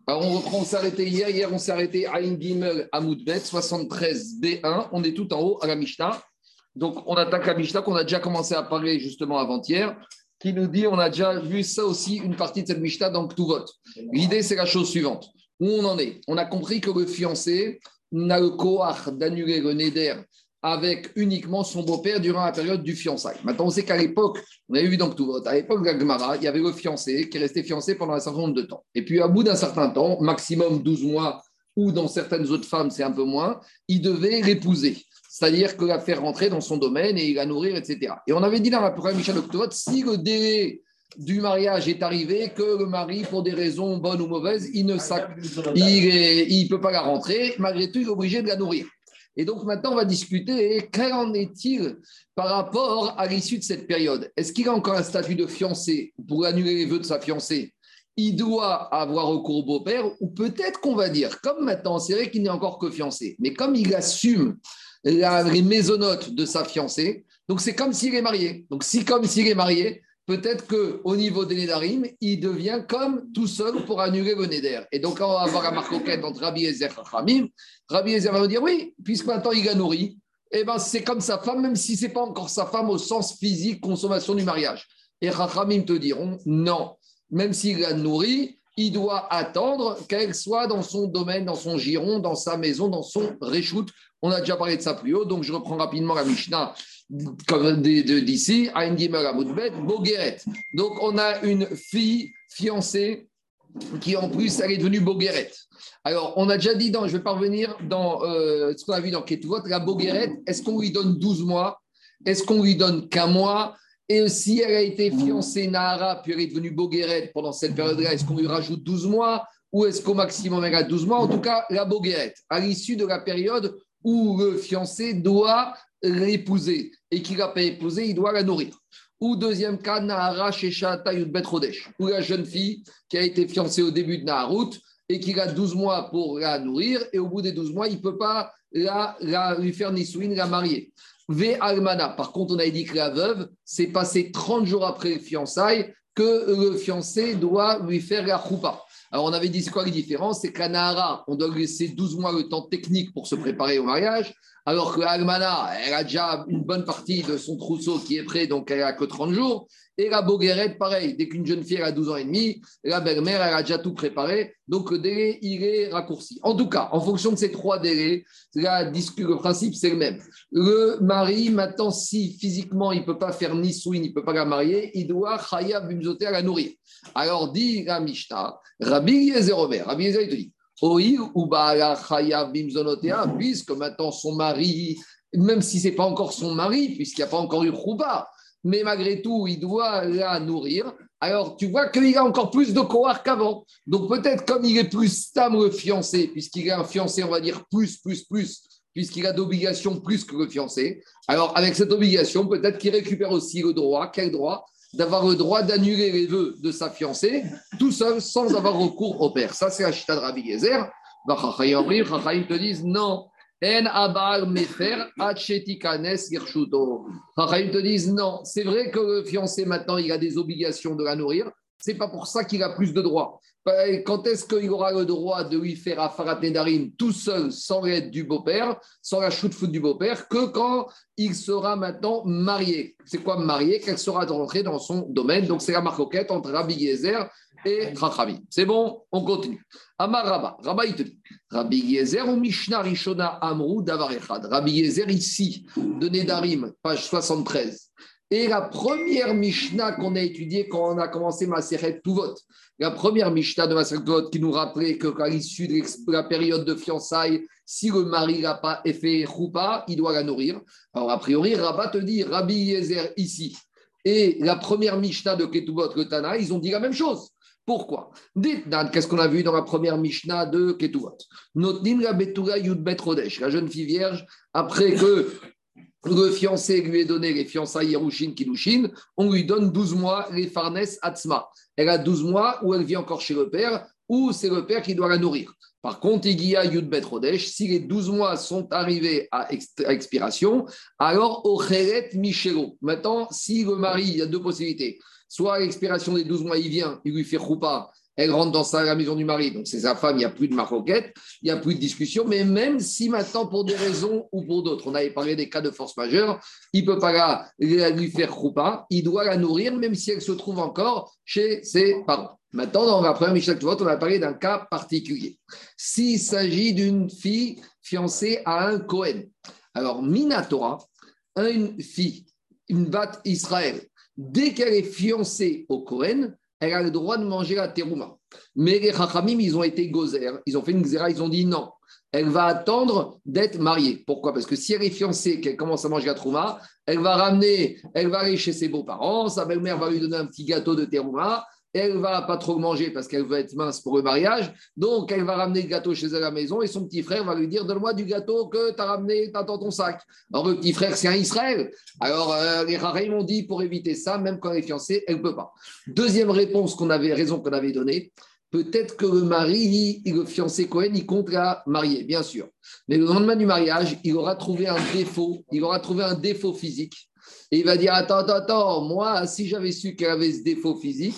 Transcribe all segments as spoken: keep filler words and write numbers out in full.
Alors, on reprend, on s'est arrêté hier. Hier, on s'est arrêté à Ingimel Amoudbet, soixante-treize B un. On est tout en haut à la Mishnah. Donc, on attaque la Mishnah qu'on a déjà commencé à parler justement avant-hier, qui nous dit, on a déjà vu ça aussi, une partie de cette Mishnah dans Ktuvot. L'idée, c'est la chose suivante. Où on en est? On a compris que le fiancé n'a le koach d'annuler le neder avec uniquement son beau-père durant la période du fiançailles. Maintenant, on sait qu'à l'époque, on avait vu dans Ktuvot, à l'époque de la Gemara, il y avait le fiancé qui restait fiancé pendant un certain nombre de temps. Et puis, à bout d'un certain temps, maximum douze mois, ou dans certaines autres femmes, c'est un peu moins, il devait l'épouser. C'est-à-dire que la faire rentrer dans son domaine et la nourrir, et cetera. Et on avait dit dans la première Mishnah de Ktuvot, si le délai du mariage est arrivé, que le mari, pour des raisons bonnes ou mauvaises, il ne il, il peut pas la rentrer, malgré tout, il est obligé de la nourrir. Et donc maintenant, on va discuter qu'en est-il par rapport à l'issue de cette période. Est-ce qu'il a encore un statut de fiancé pour annuler les vœux de sa fiancée? Il doit avoir recours au beau-père, ou peut-être qu'on va dire, comme maintenant, c'est vrai qu'il n'est encore que fiancé, mais comme il assume la, les maisonnotes de sa fiancée, donc c'est comme s'il est marié. Donc si comme s'il est marié, peut-être qu'au niveau des Nédarim, il devient comme tout seul pour annuler le Néder. Et donc, on va avoir la marcoquette entre Rabbi Ezer et Chachamim. Rabbi Ezer va nous dire, oui, puisque maintenant il a nourri, eh ben, c'est comme sa femme, même si ce n'est pas encore sa femme au sens physique, consommation du mariage. Et Chachamim te diront, non, même s'il a nourri, il doit attendre qu'elle soit dans son domaine, dans son giron, dans sa maison, dans son réchoute. On a déjà parlé de ça plus haut, donc je reprends rapidement la Mishnah comme d'ici, à Ingimel Amoudbet, Bogueret. Donc, on a une fille fiancée qui, en plus, elle est devenue Bogueret. Alors, on a déjà dit, dans, je vais parvenir dans euh, ce qu'on a vu dans Ketuvot, la Bogueret, est-ce qu'on lui donne douze mois? Est-ce qu'on lui donne qu'un mois? Et si elle a été fiancée Nahara, puis elle est devenue Bogueret pendant cette période-là, est-ce qu'on lui rajoute douze mois? Ou est-ce qu'au maximum elle a douze mois? En tout cas, la Bogueret, à l'issue de la période où le fiancé doit l'épouser et qu'il n'a pas épousé, il doit la nourrir. Ou deuxième cas, Nahara Sheshata Yudbet Rodesh, ou la jeune fille qui a été fiancée au début de Naharut et qui a douze mois pour la nourrir, et au bout des douze mois, il ne peut pas la, la, lui faire Nisouine, la marier. Ve Almana, par contre, on a dit que la veuve, c'est passé trente jours après le fiançailles que le fiancé doit lui faire la choupa. Alors, on avait dit, c'est quoi la différence? C'est qu'à Nahara, on doit lui laisser douze mois le temps technique pour se préparer au mariage, alors que Almana, elle a déjà une bonne partie de son trousseau qui est prêt, donc elle n'a que trente jours. Et la Bogueret, pareil, dès qu'une jeune fille elle a douze ans et demi, la belle-mère, elle a déjà tout préparé, donc le délai, il est raccourci. En tout cas, en fonction de ces trois délais, la, le principe, c'est le même. Le mari, maintenant, si physiquement, il ne peut pas faire ni souine, il ne peut pas la marier, il doit Chaya Bimzoté à la nourrir. Alors, dit la Mishnah, Rabbi Yezer Omer, Rabbi Yezer, il te dit, ou puisque maintenant son mari, même si ce n'est pas encore son mari, puisqu'il n'y a pas encore eu Chouba, mais malgré tout, il doit la nourrir. Alors, tu vois qu'il a encore plus de kohar qu'avant. Donc, peut-être comme il est plus stable le fiancé, puisqu'il est un fiancé, on va dire plus, plus, plus, puisqu'il a d'obligations plus que le fiancé. Alors, avec cette obligation, peut-être qu'il récupère aussi le droit. Quel droit? D'avoir le droit d'annuler les vœux de sa fiancée tout seul sans avoir recours au père. Ça, c'est la chita de Rabbi Yezer. Chachamim te disent non. En abal mefer achetikanes girshuto. Chachamim te disent non. C'est vrai que le fiancé, maintenant, il a des obligations de la nourrir. C'est pas pour ça qu'il a plus de droits. Quand est-ce qu'il aura le droit de lui faire Afarat Nedarim tout seul, sans l'aide du beau-père, sans la choute-foot du beau-père, que quand il sera maintenant marié? C'est quoi marié? Qu'elle sera rentrée dans son domaine. Donc, c'est la marcoquette entre Rabbi Yezer et Chachamim. C'est bon? On continue. Amar Rabba. Rabba, il te dit Rabbi Yezer ou Mishnah Rishona Amrou Davar Echad. Rabbi Yezer, ici, de Nedarim, page soixante-treize. Et la première Mishnah qu'on a étudiée quand on a commencé Masechet Tuvot, la première Mishnah de Masechet Tuvot qui nous rappelait qu'à l'issue de la période de fiançailles, si le mari n'a pas fait choupa, il doit la nourrir. Alors, a priori, Rabat te dit, Rabbi Yezer ici, et la première Mishnah de Ketubot, le Tana, ils ont dit la même chose. Pourquoi? Qu'est-ce qu'on a vu dans la première Mishnah de Ketubot? Notnim la Betura Yudbet Rodesh, la jeune fille vierge, après que le fiancé lui ait donné les fiançailles Yerushin Kiddushin, on lui donne douze mois les Farnes Atzma. Elle a douze mois où elle vit encore chez le père, ou c'est le père qui doit la nourrir. Par contre, Igia Yudbet Rodesh, si les douze mois sont arrivés à, ext- à expiration, alors Ocheret Michelo. Maintenant, si le mari, il y a deux possibilités. soit à l'expiration des douze mois, il vient, il lui fait roupa, elle rentre dans sa, la maison du mari, donc c'est sa femme, il n'y a plus de maroquette, il n'y a plus de discussion, mais même si maintenant, pour des raisons ou pour d'autres, on avait parlé des cas de force majeure, il ne peut pas la, la, lui faire roupa, il doit la nourrir, même si elle se trouve encore chez ses parents. Maintenant, dans la première Mishnah Ketuvot, on a parlé d'un cas particulier. S'il s'agit d'une fille fiancée à un Cohen, alors Minatora, une fille, une batte Israël, dès qu'elle est fiancée au Cohen, elle a le droit de manger la terouma. Mais les Chachamim, ils ont été gozer, ils ont fait une xéra, ils ont dit non. Elle va attendre d'être mariée. Pourquoi ? Parce que si elle est fiancée, qu'elle commence à manger la terouma, elle va ramener, elle va aller chez ses beaux-parents, sa belle-mère va lui donner un petit gâteau de terouma. Elle ne va pas trop manger parce qu'elle veut être mince pour le mariage. Donc, elle va ramener le gâteau chez elle à la maison et son petit frère va lui dire « Donne-moi du gâteau que tu as ramené dans ton sac. » Alors, le petit frère, c'est un Israël. Alors, euh, les Rahaïm m'ont dit pour éviter ça, même quand elle est fiancée, elle ne peut pas. Deuxième réponse qu'on avait, raison qu'on avait donnée, peut-être que le mari, le fiancé Cohen, il compte la marier, bien sûr. Mais le lendemain du mariage, il aura trouvé un défaut, il aura trouvé un défaut physique. Et il va dire « Attends, attends, attends, moi, si j'avais su qu'elle avait ce défaut physique,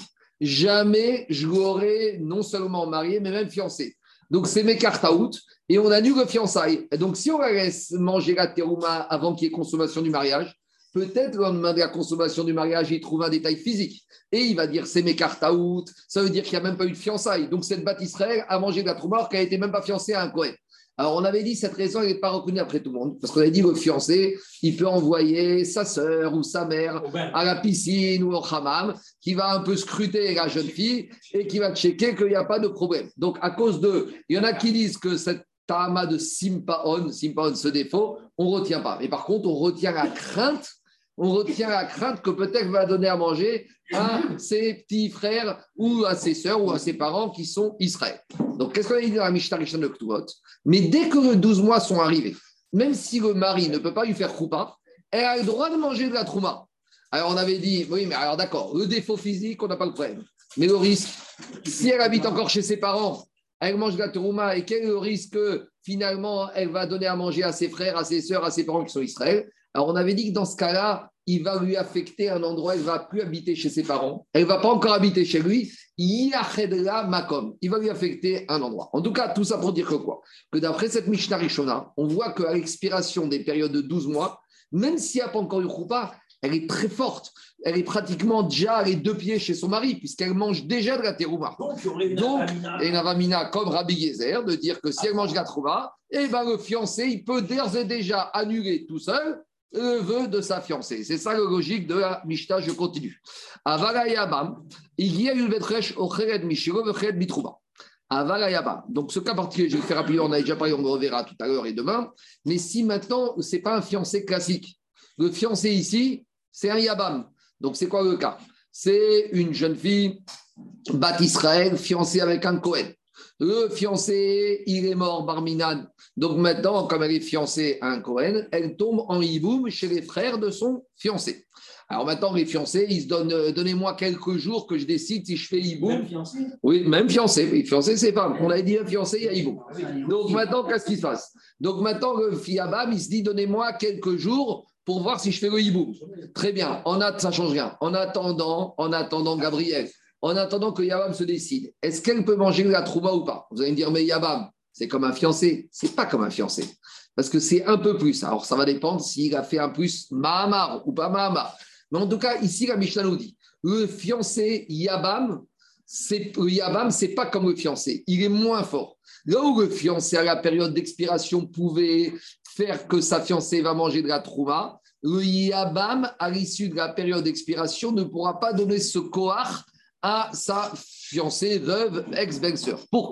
jamais je l'aurais non seulement marié, mais même fiancé. » Donc, c'est mes cartes out et on annule le fiançailles. Et donc, si on la laisse manger la terouma avant qu'il y ait consommation du mariage, peut-être le lendemain de la consommation du mariage, il trouve un détail physique. Et il va dire, c'est mes cartes out. Ça veut dire qu'il n'y a même pas eu de fiançailles. Donc, cette batte Israël a mangé de la terouma alors qu'elle n'était même pas fiancée à un Kohen. Alors, on avait dit cette raison, elle n'est pas reconnue après tout le monde. Parce qu'on avait dit, le fiancé, il peut envoyer sa sœur ou sa mère à la piscine ou au hammam, qui va un peu scruter la jeune fille et qui va checker qu'il n'y a pas de problème. Donc, à cause de... Il y en a qui disent que cette tama de Simpaon, Simpaon, ce défaut, on ne retient pas. Mais par contre, on retient la crainte, on retient la crainte que peut-être va donner à manger à ses petits frères ou à ses sœurs ou à ses parents qui sont Israël. Donc, qu'est-ce qu'on a dit dans la Mishnah Rishon de Ketuvot ? Mais dès que les douze mois sont arrivés, même si le mari ne peut pas lui faire choupa, elle a le droit de manger de la trouma. Alors, on avait dit, oui, mais alors d'accord, le défaut physique, on n'a pas le problème. Mais le risque, si elle habite encore chez ses parents, elle mange de la trouma et quel est le risque que finalement, elle va donner à manger à ses frères, à ses sœurs, à ses parents qui sont Israël ? Alors, on avait dit que dans ce cas-là, il va lui affecter un endroit, elle ne va plus habiter chez ses parents, elle ne va pas encore habiter chez lui, Yachedla Makom, il va lui affecter un endroit. En tout cas, tout ça pour dire que quoi ? Que d'après cette Mishnah Rishona, on voit qu'à l'expiration des périodes de douze mois, même s'il n'y a pas encore eu Choupa, elle est très forte. Elle est pratiquement déjà à les deux pieds chez son mari, puisqu'elle mange déjà de la terouma. Donc, et Navamina, comme Rabbi Yezer, de dire que si elle mange de la terouma, eh ben, le fiancé, il peut d'ores et déjà annuler tout seul le vœu de sa fiancée. C'est ça la logique de la Mishnah, je continue. Avalayabam, il y a une vetresh au Khered Mishiro, le Khered Mitrouba. Avalayabam. Donc, ce cas particulier, je vais le faire rapidement, on a déjà parlé, on le reverra tout à l'heure et demain. Mais si maintenant, ce n'est pas un fiancé classique, le fiancé ici, c'est un Yabam. Donc, c'est quoi le cas ? C'est une jeune fille, Bat Israël, fiancée avec un Kohen. Le fiancé, il est mort, Barminan. Donc maintenant, comme elle est fiancée à un Kohen, elle tombe en hiboum chez les frères de son fiancé. Alors maintenant, les fiancés, ils se donnent, euh, donnez-moi quelques jours que je décide si je fais hiboum. Même fiancé ? Oui, même fiancé. Oui, fiancé, c'est pas. On avait dit un fiancé, il y a hiboum. Donc maintenant, qu'est-ce qui se passe ? Donc maintenant, le fiabam, il se dit, donnez-moi quelques jours pour voir si je fais le hiboum. Très bien. En a, ça ne change rien. En attendant, en attendant, Gabriel, en attendant que Yabam se décide, est-ce qu'elle peut manger la trouma ou pas ? Vous allez me dire, mais Yabam, c'est comme un fiancé. C'est pas comme un fiancé. Parce que c'est un peu plus. Alors, ça va dépendre s'il a fait un plus Mahamar ou pas Mahamar. Mais en tout cas, ici, la Mishnah nous dit, le fiancé Yabam, c'est, le Yabam, c'est pas comme le fiancé. Il est moins fort. Là où le fiancé, à la période d'expiration, pouvait faire que sa fiancée va manger de la trouma, le Yabam, à l'issue de la période d'expiration, ne pourra pas donner ce kohar à sa fiancée, veuve, ex-belle-sœur. Pourquoi ?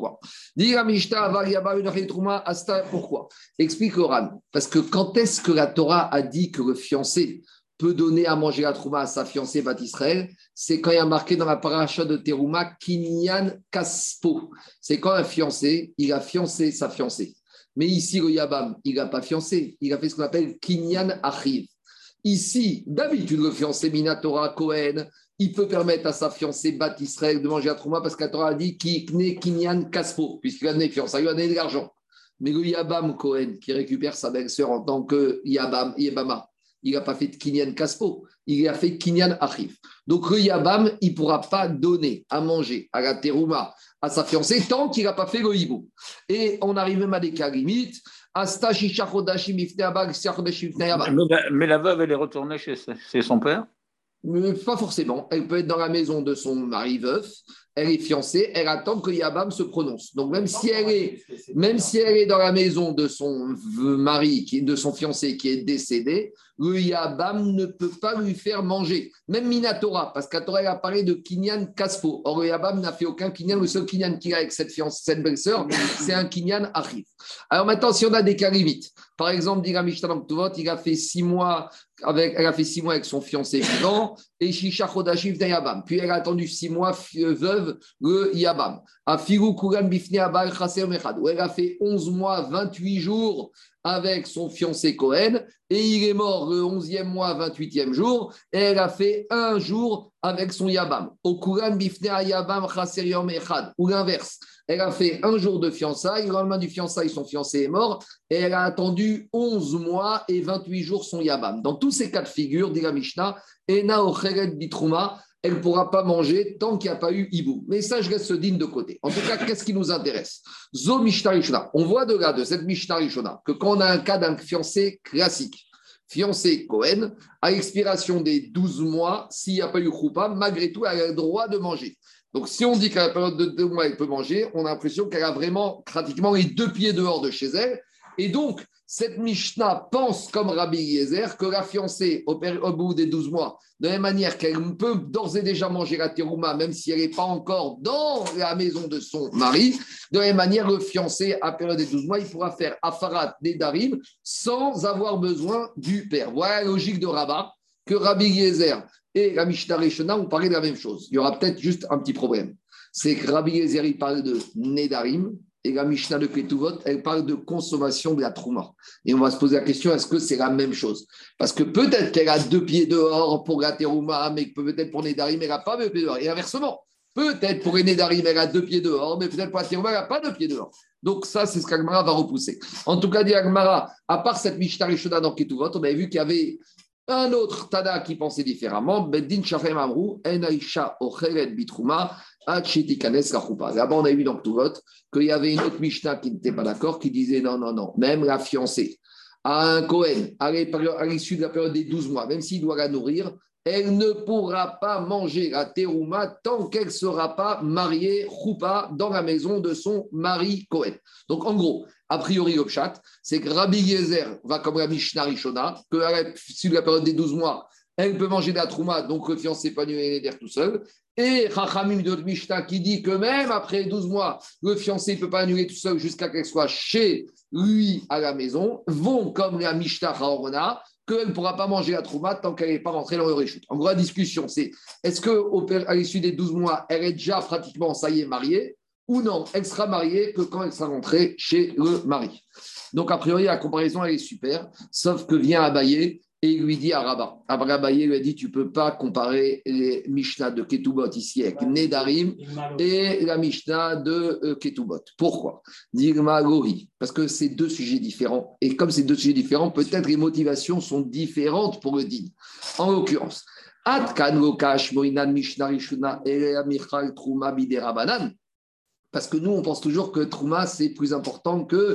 Pourquoi ? Explique Oran. Parce que quand est-ce que la Torah a dit que le fiancé peut donner à manger la trouma à sa fiancée Bat Israël ? C'est quand il y a marqué dans la paracha de Teruma, Kinyan Kaspo. C'est quand un fiancé, il a fiancé sa fiancée. Mais ici, le Yabam, il n'a pas fiancé. Il a fait ce qu'on appelle Kinyan Achiv. Ici, d'habitude, le fiancé Minatora Cohen, il peut permettre à sa fiancée Bat Israël de manger la trouma parce que la Torah a dit Kikne Kinyan Kaspo, puisqu'il a donné fiancé, il lui a donné de l'argent. Mais le Yabam Cohen, qui récupère sa belle-sœur en tant que Yabam, Yabama, il n'a pas fait de Kinyan Kaspo. il a fait Kinyan Achif. Donc le Yabam, il ne pourra pas donner à manger à la Terouma, à sa fiancée, tant qu'il n'a pas fait le hibou. Et on arrive même à des cas limites. Asta shisha chodashim ifnei abag, shisha chodashim ifnei abag. Mais la, mais la veuve, elle est retournée chez, chez son père? Mais pas forcément. Elle peut être dans la maison de son mari veuf, elle est fiancée, elle attend que Yabam se prononce. Donc même si elle est, même si elle est dans la maison de son mari, de son fiancé qui est décédé, le Yabam ne peut pas lui faire manger. Même Minatora, parce qu'à Torah, elle a parlé de Kinyan Kaspo. Or le Yabam n'a fait aucun Kinyan. Le seul Kinyan qu'il a avec cette fiancée, cette belle-sœur, c'est un Kinyan Achif. Alors maintenant, si on a des cas limites, par exemple, dit la Mishnah dans Ktuvot, il a fait six mois avec, elle a fait six mois avec son fiancé vivant, et Shisha Chodashim d'un Yabam. Puis elle a attendu six mois veuve le Yabam. Afiru Kuran Bifne Abal Chaser Mechad, où elle a fait onze mois, vingt-huit jours avec son fiancé Cohen, et il est mort le onzième mois, vingt-huitième jour, et elle a fait un jour avec son Yabam. Au Kuran Bifne Yabam Chaser Yom Echad, ou l'inverse. Elle a fait un jour de fiançailles, le lendemain du fiançailles, son fiancé est mort, et elle a attendu onze mois et vingt-huit jours son Yabam. Dans tous ces cas de figure, dit la Mishnah, Ena Ocheret Bitrouma, elle ne pourra pas manger tant qu'il n'y a pas eu hibou. Mais ça, je laisse ce digne de côté. En tout cas, qu'est-ce qui nous intéresse? Zo Mishnah Rishona. On voit de là, de cette Mishnah Rishona, que quand on a un cas d'un fiancé classique, fiancé Cohen, à l'expiration des douze mois, s'il n'y a pas eu choupa, malgré tout, elle a le droit de manger. Donc, si on dit qu'à la période de deux mois, elle peut manger, on a l'impression qu'elle a vraiment pratiquement les deux pieds dehors de chez elle. Et donc, cette Mishnah pense comme Rabbi Eliezer que la fiancée, au, au bout des douze mois, de la même manière qu'elle peut d'ores et déjà manger la terouma, même si elle n'est pas encore dans la maison de son mari, de la même manière, le fiancé, à la période des douze mois, il pourra faire Afarat Nedarim sans avoir besoin du père. Voilà la logique de Rabat, que Rabbi Eliezer et la Mishnah Rishona ont parlé de la même chose. Il y aura peut-être juste un petit problème. C'est que Rabbi Eliezer, il parle de Nedarim, et la Mishnah de Ketuvot, elle parle de consommation de la Trouma. Et on va se poser la question, est-ce que c'est la même chose? Parce que peut-être qu'elle a deux pieds dehors pour la Terouma, mais peut-être pour Nedarim, elle n'a pas deux pieds dehors. Et inversement, peut-être pour les Nedarim, elle a deux pieds dehors, mais peut-être pour la Terouma, elle n'a pas deux pieds dehors. Donc ça, c'est ce qu'Agmara va repousser. En tout cas, dit Agmara, à part cette Mishnah Rishona dans Ketuvot, on avait vu qu'il y avait un autre Tada qui pensait différemment. Beddin Shafem Amrou, En Aisha Ocheret Bitrouma, Là-bas, on a vu dans Ktuvot qu'il y avait une autre Mishnah qui n'était pas d'accord, qui disait non, non, non, même la fiancée à un Cohen, à l'issue de la période des douze mois, même s'il doit la nourrir, elle ne pourra pas manger la terouma tant qu'elle ne sera pas mariée, choupa, dans la maison de son mari Cohen. Donc, en gros, a priori, le pshat, c'est que Rabbi Yezer va comme la Mishnah Rishona, qu'à l'issue de la période des douze mois, elle peut manger de la trouma, donc le fiancé peut annuler tout seul. Et Chachamim de Mishnah qui dit que même après douze mois, le fiancé ne peut pas annuler tout seul jusqu'à qu'elle soit chez lui à la maison, vont comme la Mishnah Haorona, qu'elle ne pourra pas manger la trouma tant qu'elle n'est pas rentrée dans le réchute. En gros, la discussion, c'est est-ce qu'à l'issue des douze mois, elle est déjà pratiquement, ça y est, mariée, ou non, elle sera mariée que quand elle sera rentrée chez le mari. Donc, a priori, la comparaison, elle est super, sauf que vient Abaye et il lui dit à Rabat. Abaye lui a dit, tu ne peux pas comparer les Mishnah de Ketubot ici avec Nedarim et la Mishnah de euh, Ketubot. Pourquoi? Dirma Gori. Parce que c'est deux sujets différents. Et comme c'est deux sujets différents, peut-être les motivations sont différentes pour le din. En l'occurrence, Atkan Lokash Moinan Mishnah Rishuna Elea Michal Truma Biderabanan. Parce que nous, on pense toujours que Trouma, c'est plus important que,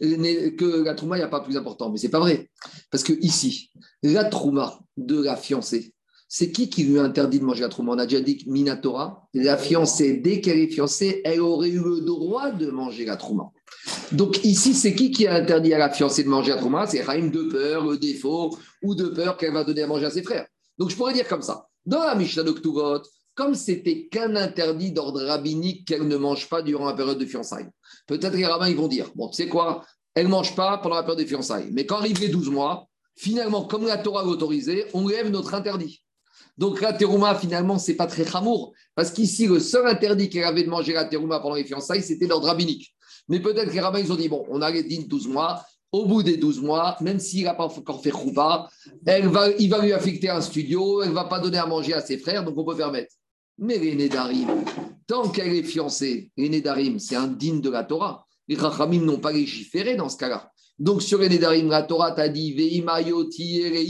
que la Trouma, il n'y a pas plus important. Mais ce n'est pas vrai. Parce que ici, la Trouma de la fiancée, c'est qui qui lui a interdit de manger la Trouma? On a déjà dit que Minatora, la fiancée, dès qu'elle est fiancée, elle aurait eu le droit de manger la Trouma. Donc ici, c'est qui qui a interdit à la fiancée de manger la Trouma? C'est Chaim de peur, le défaut, ou de peur qu'elle va donner à manger à ses frères. Donc je pourrais dire comme ça. Dans la Mishnah de Ktuvot, comme c'était qu'un interdit d'ordre rabbinique qu'elle ne mange pas durant la période de fiançailles, peut-être que les rabbins ils vont dire, bon, tu sais quoi, elle ne mange pas pendant la période des fiançailles. Mais quand arrivent les douze mois, finalement, comme la Torah l'autorisait, on lève notre interdit. Donc la terouma, finalement, ce n'est pas très chamour, parce qu'ici, le seul interdit qu'elle avait de manger la terouma pendant les fiançailles, c'était l'ordre rabbinique. Mais peut-être que les rabbins ils ont dit, bon, on a les dînes douze mois, au bout des douze mois, même s'il n'a pas encore fait choupa, elle va, il va lui affecter un studio, elle ne va pas donner à manger à ses frères, donc on peut permettre. Mais les Nédarim, tant qu'elle est fiancée, les Nédarim, c'est un digne de la Torah. Les Chachamim n'ont pas légiféré dans ce cas-là. Donc sur les Nédarim, la Torah t'a dit Veimayoti Ereish,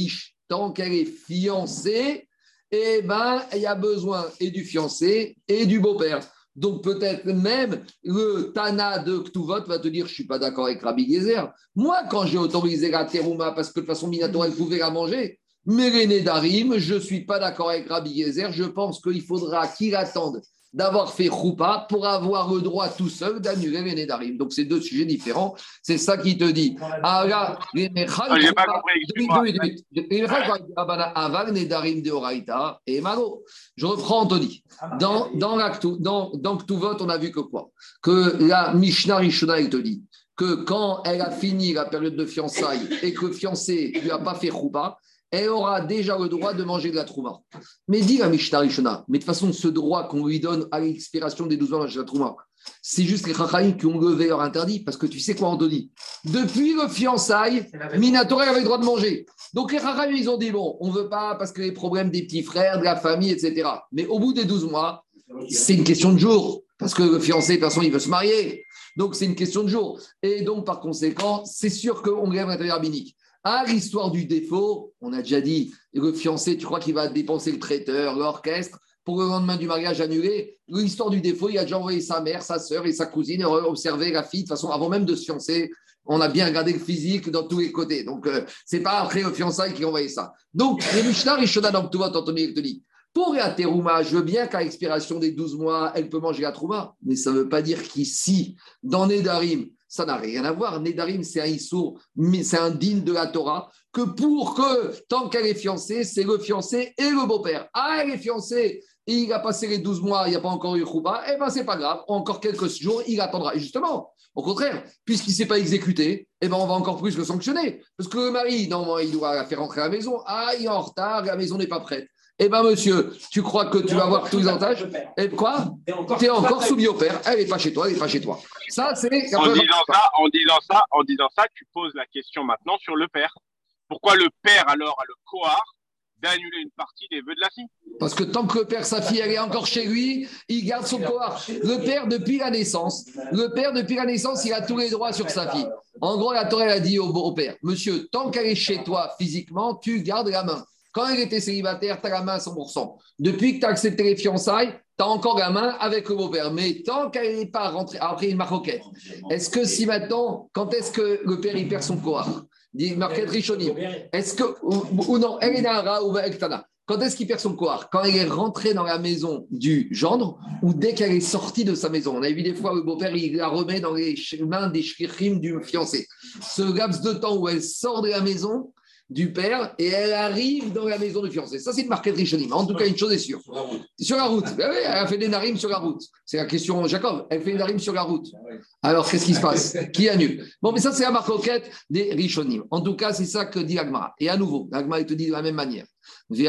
tant qu'elle est fiancée, eh ben, il y a besoin et du fiancé et du beau-père. Donc peut-être même le Tana de Ktuvot va te dire je ne suis pas d'accord avec Rabbi Gezer. Moi, quand j'ai autorisé la terouma parce que de façon minatoire, elle pouvait la manger, mais les Nédarim, je ne suis pas d'accord avec Rabbi Gezer. Je pense qu'il faudra qu'il attende d'avoir fait Choupa pour avoir le droit tout seul d'annuler les Nédarim. Donc c'est deux sujets différents. C'est ça qui te dit. Ah là, les Mechal, Ah, j'ai pas compris, excuse-moi. les Mechal, Aval Nédarim de Oraita et Mago. Je reprends Anthony. Dans, dans, dans, dans Ktuvot, on a vu que quoi? Que la Mishnah Rishona, elle te dit que quand elle a fini la période de fiançailles et que le fiancé ne lui a pas fait Choupa, elle aura déjà le droit de manger de la trouma. Mais dit la Mishnah Rishona, mais de toute façon, ce droit qu'on lui donne à l'expiration des douze mois de manger de la trouma, c'est juste les Chachamim qui ont levé leur interdit, parce que tu sais quoi, Anthony? Depuis le fiançailles, Minatora avait le droit de manger. Donc les Chachamim, ils ont dit, bon, on ne veut pas parce que les problèmes des petits frères, de la famille, et cetera. Mais au bout des douze mois, c'est une question de jour, parce que le fiancé, de toute façon, il veut se marier. Donc c'est une question de jour. Et donc, par conséquent, c'est sûr qu'on lève l'interdit rabbinique. À l'histoire du défaut, on a déjà dit, le fiancé, tu crois qu'il va dépenser le traiteur, l'orchestre, pour le lendemain du mariage annulé? L'histoire du défaut, il a déjà envoyé sa mère, sa sœur et sa cousine observer la fille. De toute façon, avant même de se fiancer, on a bien regardé le physique dans tous les côtés. Donc, euh, ce n'est pas après le fiançailles qui a envoyé ça. Donc, les Mishnah Rishona dans Ktuvot, Anthony te dit, pour la terouma, je veux bien qu'à l'expiration des douze mois, elle peut manger la trouma, mais ça ne veut pas dire qu'ici, dans Nedarim, ça n'a rien à voir. Nedarim, c'est un issour, mais c'est un digne de la Torah, que pour que, tant qu'elle est fiancée, c'est le fiancé et le beau-père. Ah, elle est fiancée, et il a passé les douze mois, il n'y a pas encore eu Chouba, eh bien, c'est pas grave, encore quelques jours, il attendra. Et justement, au contraire, puisqu'il ne s'est pas exécuté, eh ben, on va encore plus le sanctionner. Parce que le mari, normalement, il doit la faire rentrer à la maison. Ah, il est en retard, la maison n'est pas prête. Eh bien, monsieur, tu crois que tu vas avoir tous les avantages? Et quoi? Tu es encore, T'es encore soumis au père. Elle n'est pas chez toi, elle n'est pas chez toi. Ça, c'est... En disant ça, en disant ça, en disant ça, tu poses la question maintenant sur le père. Pourquoi le père, alors, a le cohort d'annuler une partie des vœux de la fille? Parce que tant que le père, sa fille, elle est encore chez lui, il garde son cohort. Le père, depuis la naissance, le père, depuis la naissance, il a tous les droits sur sa fille. En gros, la Torah a dit au, au père, monsieur, tant qu'elle est chez toi physiquement, tu gardes la main. Quand elle était célibataire, tu as la main à cent pour cent. Depuis que tu as accepté les fiançailles, tu as encore la main avec le beau-père. Mais tant qu'elle n'est pas rentrée, après une maroquette, est-ce que si maintenant, quand est-ce que le père il perd son cohort? Dit Marquette Rishonim. Est-ce que, ou, ou non, elle est Nara ou Ektana. Quand est-ce qu'il perd son cohort? Quand elle est rentrée dans la maison du gendre ou dès qu'elle est sortie de sa maison? On a vu des fois le beau-père, il la remet dans les mains des shkirchim du fiancé. Ce laps de temps où elle sort de la maison du père et elle arrive dans la maison du fiancé. Ça, c'est une marquette Rishonim. En tout cas, une chose est sûre. Sur la route. Sur la route. Ben oui, elle a fait des narim sur la route. C'est la question, Jacob. Elle fait des narim sur la route. Alors, qu'est-ce qui se passe? Qui annule? Bon, mais ça, c'est la marquette des Rishonim. En tout cas, c'est ça que dit Agmara. Et à nouveau, Agmara, il te dit de la même manière. Et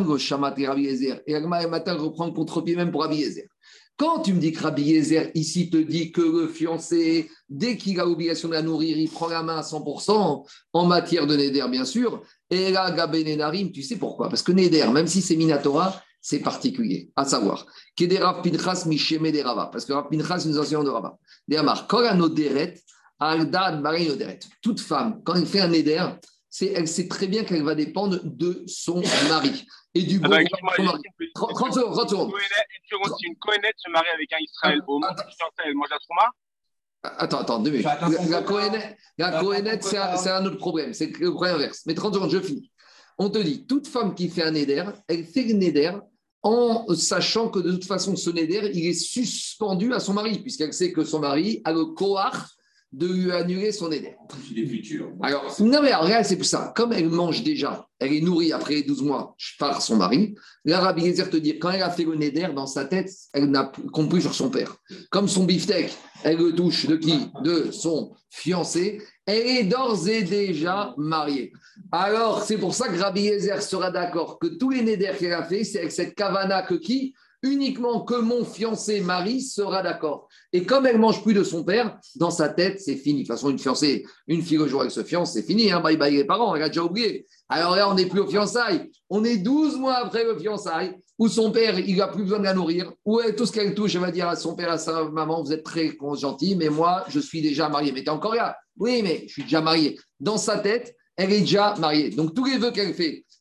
Agmara, le matin, reprend le contre-pied même pour Rabbi Yezer. Quand tu me dis que Rabbi Yezer, ici, te dit que le fiancé, dès qu'il a l'obligation de la nourrir, il prend la main à cent pour cent en matière de Neder, bien sûr, et là, Gabé Nedarim, tu sais pourquoi? Parce que Neder, même si c'est Minatora, c'est particulier, à savoir, Kederav Pinchas Misheme de Rava, parce que Rav Pinchas nous enseigne de Rava. Déamar, Kol Anoderet, Aldad Barei Noderet. Toute femme, quand elle fait un Neder, c'est, elle sait très bien qu'elle va dépendre de son mari. Et du bon trente secondes, trente secondes. Si une Kohénette se marie avec un Israël au moment où elle mange la trouma? Attends, attends, deux minutes. La Kohénette, la Kohénette c'est, un, c'est un autre problème. C'est le problème inverse. Mais trente secondes, je finis. On te dit, toute femme qui fait un Neder, elle fait le Neder en sachant que de toute façon, ce Neder, il est suspendu à son mari, puisqu'elle sait que son mari a le koar de lui annuler son Neder. Alors, non, mais alors, regarde, c'est pour ça. Comme elle mange déjà, elle est nourrie après les douze mois par son mari, la Rabbi Gezer te dit, quand elle a fait le Neder, dans sa tête, elle n'a compris sur son père. Comme son beefsteak, elle le touche de qui? De son fiancé. Elle est d'ores et déjà mariée. Alors, c'est pour ça que Rabbi Yezer sera d'accord que tous les Neder qu'elle a fait, c'est avec cette kavana que qui? Uniquement que mon fiancé mari sera d'accord. Et comme elle ne mange plus de son père, dans sa tête, c'est fini. De toute façon, une fiancée, une fille le jour elle se fiance, c'est fini. Hein, bye bye les parents, elle a déjà oublié. Alors là, on n'est plus aux fiançailles. On est douze mois après le fiançailles, où son père, il n'a plus besoin de la nourrir, où elle, tout ce qu'elle touche, elle va dire à son père, à sa maman, vous êtes très gentil, mais moi, je suis déjà mariée. Mais t'es encore là? Oui, mais je suis déjà mariée. Dans sa tête, elle est déjà mariée. Donc, tous les vœux qu'elle fait,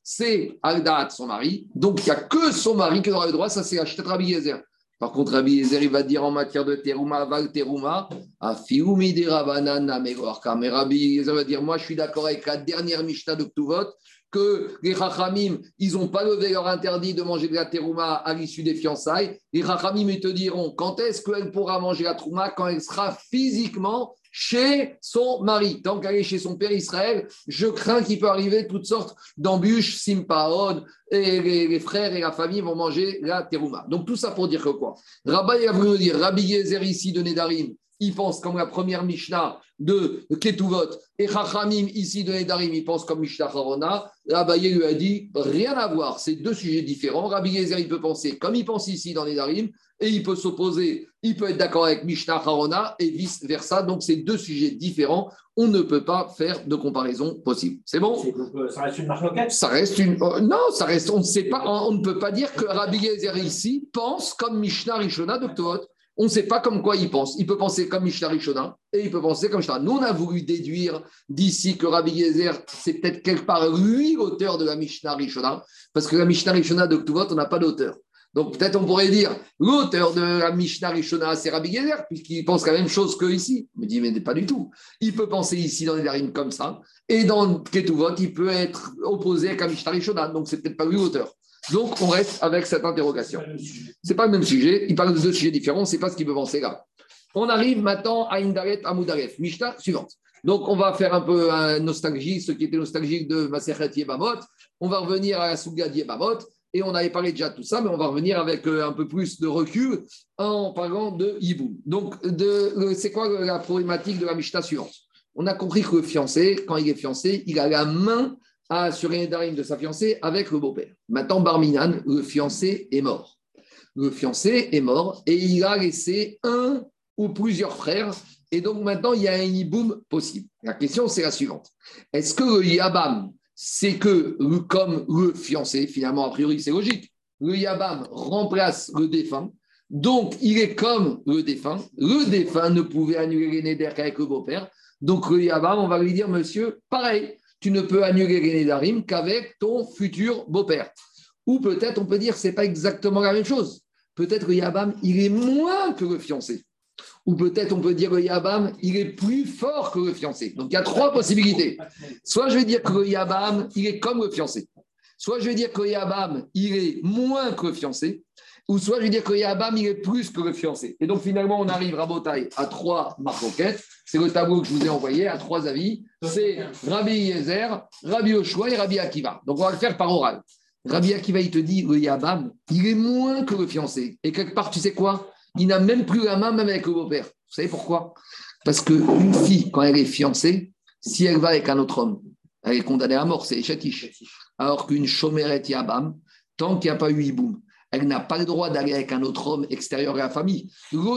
c'est Aldaat, son mari. Donc, il n'y a que son mari qui aura le droit. Ça, c'est Achet Rabbi Yezer. Par contre, Rabbi Yezer, il va dire en matière de Teruma, Val Teruma, Afiumi de Rabanan, mais Rabbi Yezer va dire moi, je suis d'accord avec la dernière Mishnah de Ktuvot, que les Chachamim, ils n'ont pas levé leur interdit de manger de la terouma à l'issue des fiançailles. Les Chachamim, ils te diront quand est-ce qu'elle pourra manger la trouma, quand elle sera physiquement chez son mari. Tant qu'elle est chez son père Israël, je crains qu'il peut arriver toutes sortes d'embûches, Simpaon, et les, les frères et la famille vont manger la terouma. Donc tout ça pour dire que quoi Rabbi a voulu dire, Rabbi Yezer ici de Nedarim, il pense comme la première Mishnah de Ketuvot, et Chachamim ici de Nedarim, il pense comme Mishnah Harona. Rabbi lui a dit, rien à voir, c'est deux sujets différents. Rabbi Yezer, il peut penser comme il pense ici dans Nedarim, et il peut s'opposer, il peut être d'accord avec Mishnah Harona, et vice-versa. Donc, c'est deux sujets différents. On ne peut pas faire de comparaison possible. C'est bon c'est, Ça reste une marque locale. Ça reste une... Non, ça reste... On ne sait pas, on ne peut pas dire que Rabbi Yezer ici pense comme Mishnah Rishona de Ktuvot. On ne sait pas comme quoi il pense. Il peut penser comme Mishnah Rishona et il peut penser comme Mishnah. Nous, on a voulu déduire d'ici que Rabbi Yezer, c'est peut-être quelque part lui l'auteur de la Mishnah Rishona, parce que la Mishnah Rishona de Ktuvot, on n'a pas d'auteur. Donc peut-être on pourrait dire l'auteur de la Mishnah Rishona, c'est Rabbi Yezer, puisqu'il pense la même chose qu'ici. Il me dit, mais pas du tout. Il peut penser ici dans les Darim comme ça, et dans Ketuvot, il peut être opposé avec la Mishnah Rishona. Donc c'est peut-être pas lui l'auteur. Donc, on reste avec cette interrogation. Ce n'est pas le même sujet. Il parle de deux sujets différents. On ne sait pas ce qu'il peut penser là. On arrive maintenant à Indaret Amoudaref. Mishnah suivante. Donc, on va faire un peu un nostalgie, ce qui était nostalgique de Masechet Yebamot. On va revenir à la Souga Yebamot. Et on avait parlé déjà de tout ça, mais on va revenir avec un peu plus de recul en parlant de Yiboum. Donc, de, c'est quoi la problématique de la Mishnah suivante? On a compris que le fiancé, quand il est fiancé, il a la main à assurer les darim de sa fiancée avec le beau-père. Maintenant, Barminan, le fiancé est mort. Le fiancé est mort et il a laissé un ou plusieurs frères. Et donc maintenant, il y a un hiboum possible. La question, c'est la suivante. Est-ce que le yabam, c'est que le, comme le fiancé, finalement, a priori, c'est logique, le yabam remplace le défunt, donc il est comme le défunt. Le défunt ne pouvait annuler les néder qu'avec le beau-père. Donc le yabam, on va lui dire, monsieur, pareil, tu ne peux annuler les nédarim qu'avec ton futur beau-père. Ou peut-être on peut dire que ce n'est pas exactement la même chose. Peut-être que le yabam, il est moins que le fiancé. Ou peut-être on peut dire que le yabam, il est plus fort que le fiancé. Donc il y a trois possibilités. Soit je vais dire que le yabam, il est comme le fiancé. Soit je vais dire que le yabam, il est moins que le fiancé. Ou soit je vais dire que le yabam, il est plus que le fiancé. Et donc finalement, on arrive à Botaï à trois marcoquettes. C'est le tableau que je vous ai envoyé à trois avis. C'est Rabbi Yezer, Rabbi Yoshua et Rabbi Akiva. Donc on va le faire par oral. Rabbi Akiva, il te dit, le yabam, il est moins que le fiancé. Et quelque part, tu sais quoi? Il n'a même plus la main, même avec le beau-père. Vous savez pourquoi? Parce qu'une fille, quand elle est fiancée, si elle va avec un autre homme, elle est condamnée à mort, c'est Chatish. Alors qu'une chomeret yabam, tant qu'il n'y a pas eu hiboum, elle n'a pas le droit d'aller avec un autre homme extérieur à la famille.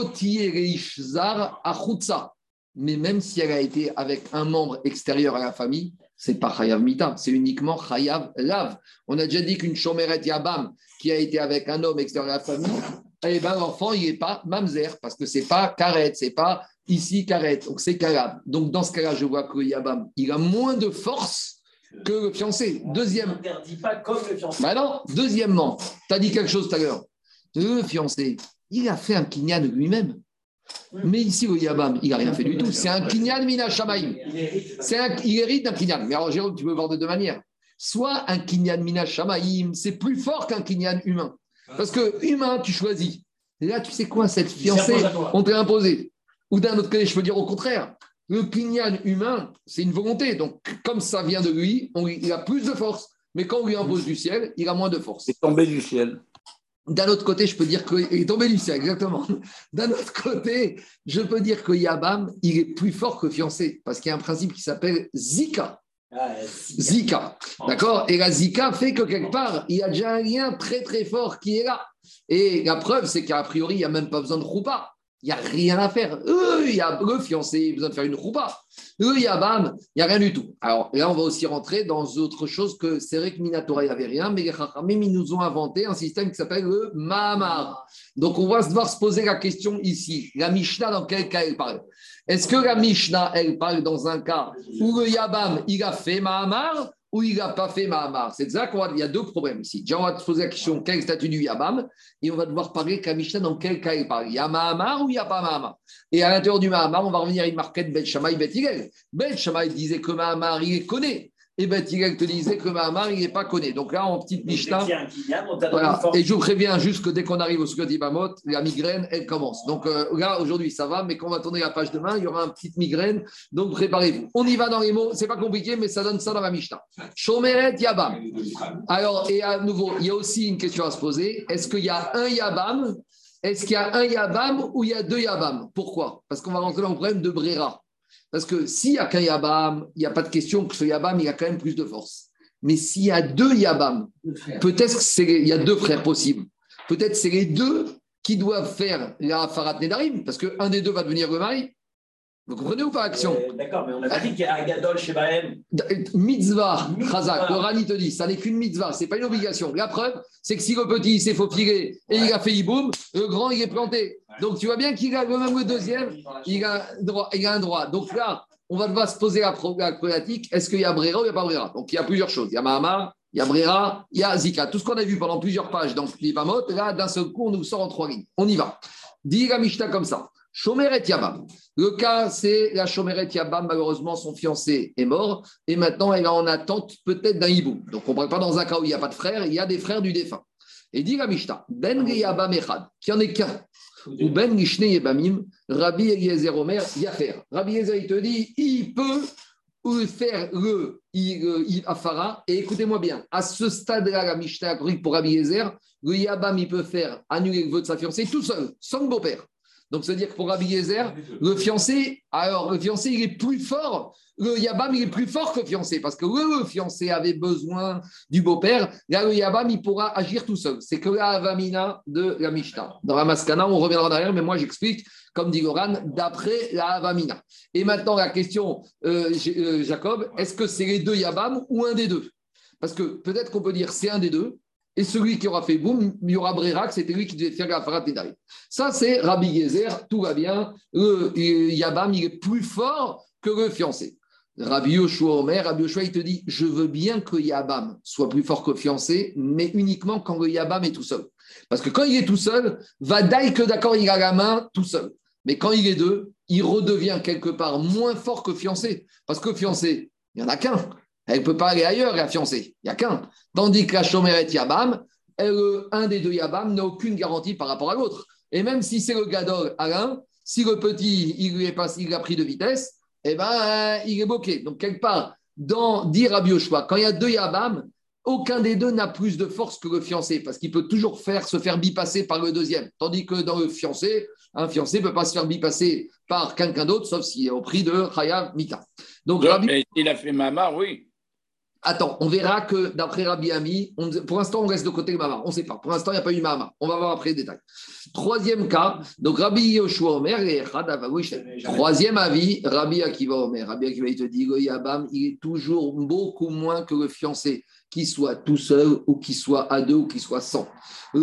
Mais même si elle a été avec un membre extérieur à la famille, c'est pas Chayav Mita, c'est uniquement Chayav Lav. On a déjà dit qu'une chomeret yabam qui a été avec un homme extérieur à la famille, eh ben, l'enfant, il n'est pas mamzer, parce que ce n'est pas karet, ce n'est pas ici karet, donc c'est karab. Donc dans ce cas-là, je vois que le yabam, il a moins de force que le fiancé. Deuxième. Il n'interdit pas comme le fiancé. Bah non, deuxièmement, tu as dit quelque chose tout à l'heure. Le fiancé, il a fait un kinyan lui-même. Mais ici, le yabam, il n'a rien fait du tout. C'est un kinyan mina shamaim. C'est un, il hérite d'un kinyan. Mais alors, Jérôme, tu peux voir de deux manières. Soit un kinyan mina shamaim, c'est plus fort qu'un kinyan humain. Parce que humain, tu choisis. Et là, tu sais quoi, cette fiancée, on te l'a imposée. Ou d'un autre côté, je peux dire au contraire. Le kinyan humain, c'est une volonté. Donc, comme ça vient de lui, on, il a plus de force. Mais quand on lui impose du ciel, il a moins de force. C'est tombé du ciel. D'un autre côté, je peux dire qu'il est tombé du ciel, exactement. D'un autre côté, je peux dire que Yabam, il est plus fort que le fiancé. Parce qu'il y a un principe qui s'appelle Zika. Ah, Zika, d'accord? Et la Zika fait que quelque part, il y a déjà un lien très très fort qui est là. Et la preuve, c'est qu'a priori, il n'y a même pas besoin de roupa. Il n'y a rien à faire. Eux, il y a le fiancé, il a besoin de faire une roupa. Eux, il y a bam, il n'y a rien du tout. Alors là, on va aussi rentrer dans autre chose que c'est vrai que Minatora, il n'y avait rien, mais les Chachamim, ils nous ont inventé un système qui s'appelle le Mahamar. Donc on va devoir se poser la question ici. La Mishnah, dans quel cas elle parle? Est-ce que la Mishnah, elle parle dans un cas où le Yabam, il a fait Mahamar, ou il n'a pas fait Mahamar. C'est ça qu'on va. Il y a deux problèmes ici. Déjà, on va te poser la question quel est le statut du Yabam et on va devoir parler que la Mishnah dans quel cas il parle. Il y a Mahamar ou il n'y a pas Mahamar. Et à l'intérieur du Mahamar, on va revenir à une marquette Bet Shammai, Bet Hillel. Bet Shammai disait que Mahamar, il est connu. Et Bet Hillel te disait que Mahamar, il n'est pas connu. Donc là, en petite Mishnah. Voilà. Et je vous préviens juste que dès qu'on arrive au Sukkot Ibamot, la migraine, elle commence. Donc euh, là, aujourd'hui, ça va, mais quand on va tourner la page demain, il y aura une petite migraine. Donc préparez-vous. On y va dans les mots. C'est pas compliqué, mais ça donne ça dans la Mishnah. Shomeret Yabam. Alors, et à nouveau, il y a aussi une question à se poser. Est-ce qu'il y a un Yabam? Est-ce qu'il y a un Yabam ou il y a deux Yabam? Pourquoi? Parce qu'on va rentrer dans le problème de Brera. Parce que s'il n'y a qu'un Yabam, il n'y a pas de question que ce Yabam, il a quand même plus de force. Mais s'il y a deux Yabam, peut-être qu'il y a deux frères possibles. Peut-être c'est les deux qui doivent faire la Farat Nedarim, parce qu'un des deux va devenir le mari. Vous comprenez ou pas, action euh, D'accord, mais on a pas dit qu'il y a un Gadol chez Bahem. Mitzvah, Chazak, le Rani te dit, ça n'est qu'une mitzvah, ce n'est pas une obligation. La preuve, c'est que si le petit s'est faufilé et ouais. il a fait hiboum, le grand il est planté. Donc tu vois bien qu'il a même le deuxième, il a, droit, il a un droit. Donc là, on va devoir se poser la problématique, est-ce qu'il y a Brera ou il n'y a pas Brera? Donc il y a plusieurs choses. Il y a Mahamar, il y a Brera, il y a Zika. Tout ce qu'on a vu pendant plusieurs pages dans l'Ibamot, là, d'un seul coup, on nous sort en trois lignes. On y va. Dis la Mishnah comme ça. Shomeret Yabam. Le cas, c'est la Shomeret Yabam, malheureusement, son fiancé est mort et maintenant elle est en attente peut-être d'un hibou. Donc on ne parle pas dans un cas où il n'y a pas de frère, il y a des frères du défunt. Et dit la Mishnah, Ben Yabam Echad, qui en est qu'un, ou Ben Gishne Yabamim, Rabbi Eliezer Omer Yafer. Rabbi Eliezer, il te dit, il peut faire le Afara. Et écoutez-moi bien, à ce stade-là, la Mishnah, pour Rabbi Eliezer, le Yabam, il peut faire annuler le vœu de sa fiancée tout seul, sans le beau-père. Donc, c'est-à-dire que pour Rabbi Eliezer, le fiancé, alors le fiancé, il est plus fort. Le Yabam, il est plus fort que le fiancé parce que le, le fiancé avait besoin du beau-père. Là, le Yabam, il pourra agir tout seul. C'est que la Avamina de la Mishnah. Dans la Maskana, on reviendra derrière, mais moi, j'explique, comme dit Goran, d'après la Avamina. Et maintenant, la question, euh, Jacob, est-ce que c'est les deux Yabam ou un des deux? Parce que peut-être qu'on peut dire c'est un des deux. Et celui qui aura fait boum, il y aura Brérak, c'était lui qui devait faire la Farat Nedarim. Ça, c'est Rabbi Yezer, tout va bien. Le Yabam, il est plus fort que le fiancé. Rabbi Yoshua Omer, Rabbi Yoshua, il te dit, je veux bien que Yabam soit plus fort que le fiancé, mais uniquement quand le Yabam est tout seul. Parce que quand il est tout seul, Vadaï que d'accord, il a la main tout seul. Mais quand il est deux, il redevient quelque part moins fort que le fiancé. Parce que le fiancé, il n'y en a qu'un. Elle ne peut pas aller ailleurs, la fiancée. Il n'y a qu'un. Tandis que la Shomeret Yabam, elle, un des deux Yabam n'a aucune garantie par rapport à l'autre. Et même si c'est le Gadol à l'un, si le petit, il lui est passé, il a pris de vitesse, eh ben, il est bloqué. Donc, quelque part, dans dire Rabbi Yoshua, quand il y a deux Yabam, aucun des deux n'a plus de force que le fiancé, parce qu'il peut toujours faire, se faire bipasser par le deuxième. Tandis que dans le fiancé, un fiancé ne peut pas se faire bipasser par quelqu'un d'autre, sauf s'il est au prix de Chayav Mita. Donc, Donc, Rabbi... il a fait Mamar, oui. Attends, on verra que d'après Rabbi Ami, on, pour l'instant, on reste de côté le Mahama. On ne sait pas. Pour l'instant, il n'y a pas eu Mahama. On va voir après les détails. Troisième cas, donc Rabbi Yoshua Omer et troisième avis, Rabbi Akiva Omer. Rabbi Akiva, il te dit, le Yabam, il est toujours beaucoup moins que le fiancé, qu'il soit tout seul ou qu'il soit à deux ou qu'il soit sans.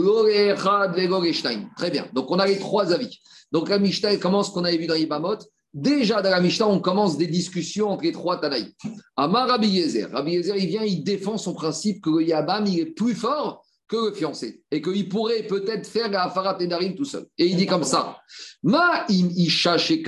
Très bien. Donc, on a les trois avis. Donc, la Mishnah commence, qu'on avait vu dans Ibamot. Déjà, dans la Mishnah, on commence des discussions entre les trois Tanaïs. Amar Rabbi Yezer. Rabbi Yezer, il vient, il défend son principe que le Yabam, il est plus fort que le fiancé et qu'il pourrait peut-être faire la Farat Nedarim tout seul. Et il dit comme ça Ma im isha chez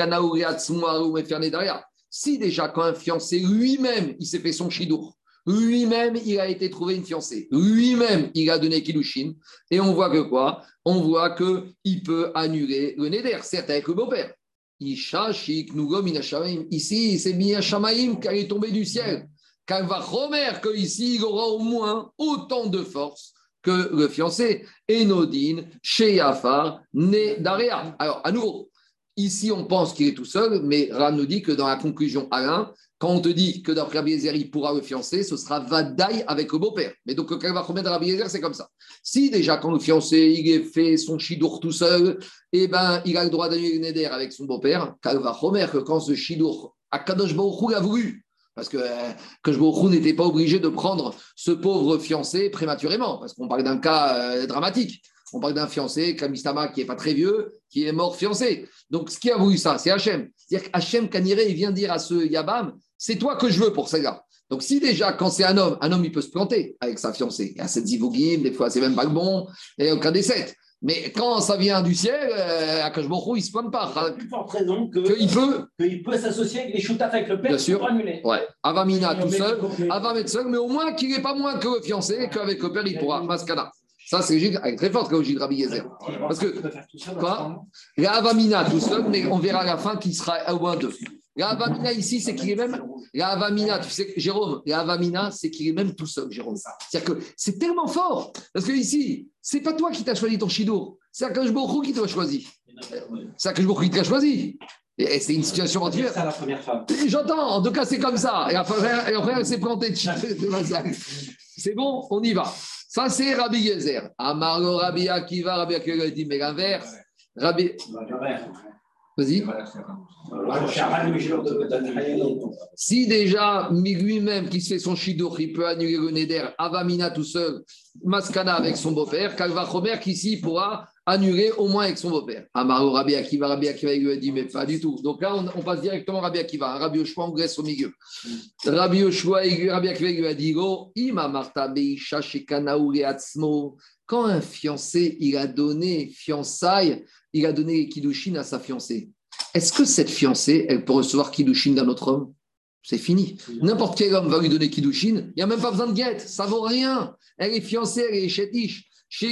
si déjà, quand un fiancé lui-même, il s'est fait son chidour, lui-même, il a été trouvé une fiancée, lui-même, il a donné Kiddushin, et on voit que quoi? On voit qu'il peut annuler le Neder, certes avec le beau-père. Isha, Shik, Nugom, Inashamaim. Ici, c'est Minashamaim qui est tombé du ciel. Quand va Romer, qu'ici, il aura au moins autant de force que le fiancé. Enodine, Sheyafar, Né d'Aréa. Alors, à nouveau, ici, on pense qu'il est tout seul, mais Ran nous dit que dans la conclusion Alain, quand on te dit que d'après Rabbi Eliezer, il pourra le fiancé, ce sera Vadaï avec le beau-père. Mais donc, quand va remettre Rabbi Eliezer, c'est comme ça. Si déjà, quand le fiancé, il a fait son chidour tout seul, eh ben, il a le droit d'annuler le neder avec son beau-père, quand va remettre que quand ce chidour, Akadosh Baruch Hu l'a voulu, parce que euh, Akadosh Baruch Hu n'était pas obligé de prendre ce pauvre fiancé prématurément, parce qu'on parle d'un cas euh, dramatique. On parle d'un fiancé, Kamistama, qui n'est pas très vieux, qui est mort fiancé. Donc, ce qui a voulu ça, c'est Hachem. C'est-à-dire qu'Hachem Kaniré, il vient dire à ce Yabam, c'est toi que je veux pour celle-là. Donc, si déjà, quand c'est un homme, un homme, il peut se planter avec sa fiancée. Il y a sept zivogim, des fois, c'est même pas le bon, et aucun des sept. Mais quand ça vient du ciel, euh, Akash Baruch Hu, il ne se plante pas. Il y a plus forte raison que, qu'il peut, qu'il peut s'associer avec les shootaf avec le père bien sûr, pour annuler. Ouais. Avamina tout seul, Avamina Avamina tout seul, mais au moins qu'il n'est pas moins que le fiancé, qu'avec le père, il pourra. Maskana. Ça, c'est logique, avec très forte logique de Rabbi Yezer. Parce que, quoi la Avamina tout seul, mais on verra à la fin qu'il sera au moins deux. La Avamina ici, c'est qu'il est même. La Avamina, tu sais, Jérôme, la Avamina, c'est qu'il est même tout seul, Jérôme. C'est-à-dire que c'est tellement fort. Parce que ici, c'est pas toi qui t'as choisi ton Shidour, c'est Akash Baruch Hu qui t'a choisi. C'est Akash Baruch Hu qui t'a choisi. Et c'est une situation entière. C'est la première femme. J'entends, en tout cas, c'est comme ça. Et après, et après elle s'est plantée de C'est bon, on y va. Ça, c'est Rabbi Yezer. Amargo Rabbi Akiva, Rabbi Akiva a dit, mais l'inverse. Rabbi. Vas-y. Si déjà, lui-même qui se fait son shidour, il peut annuler le neder, Avamina tout seul, Maskana avec son beau-père, Kalva Chomer qui ici pourra annuler au moins avec son beau-père. Amaro Rabbi Akiva, Rabbi Akiva il lui a dit, mais pas du tout. Donc là, on, on passe directement à Rabbi Akiva. Rabbi Yoshua, on reste au milieu. Rabbi Yoshua, Rabbi Akiva il lui a dit, oh, Ima Marta Beisha Shekanaou Leatzmo. Quand un fiancé, il a donné fiançailles, il a donné Kiddushin à sa fiancée. Est-ce que cette fiancée, elle peut recevoir Kiddushin d'un autre homme? C'est fini. N'importe quel homme va lui donner Kiddushin, il n'y a même pas besoin de guette, ça ne vaut rien. Elle est fiancée, elle est chétiche.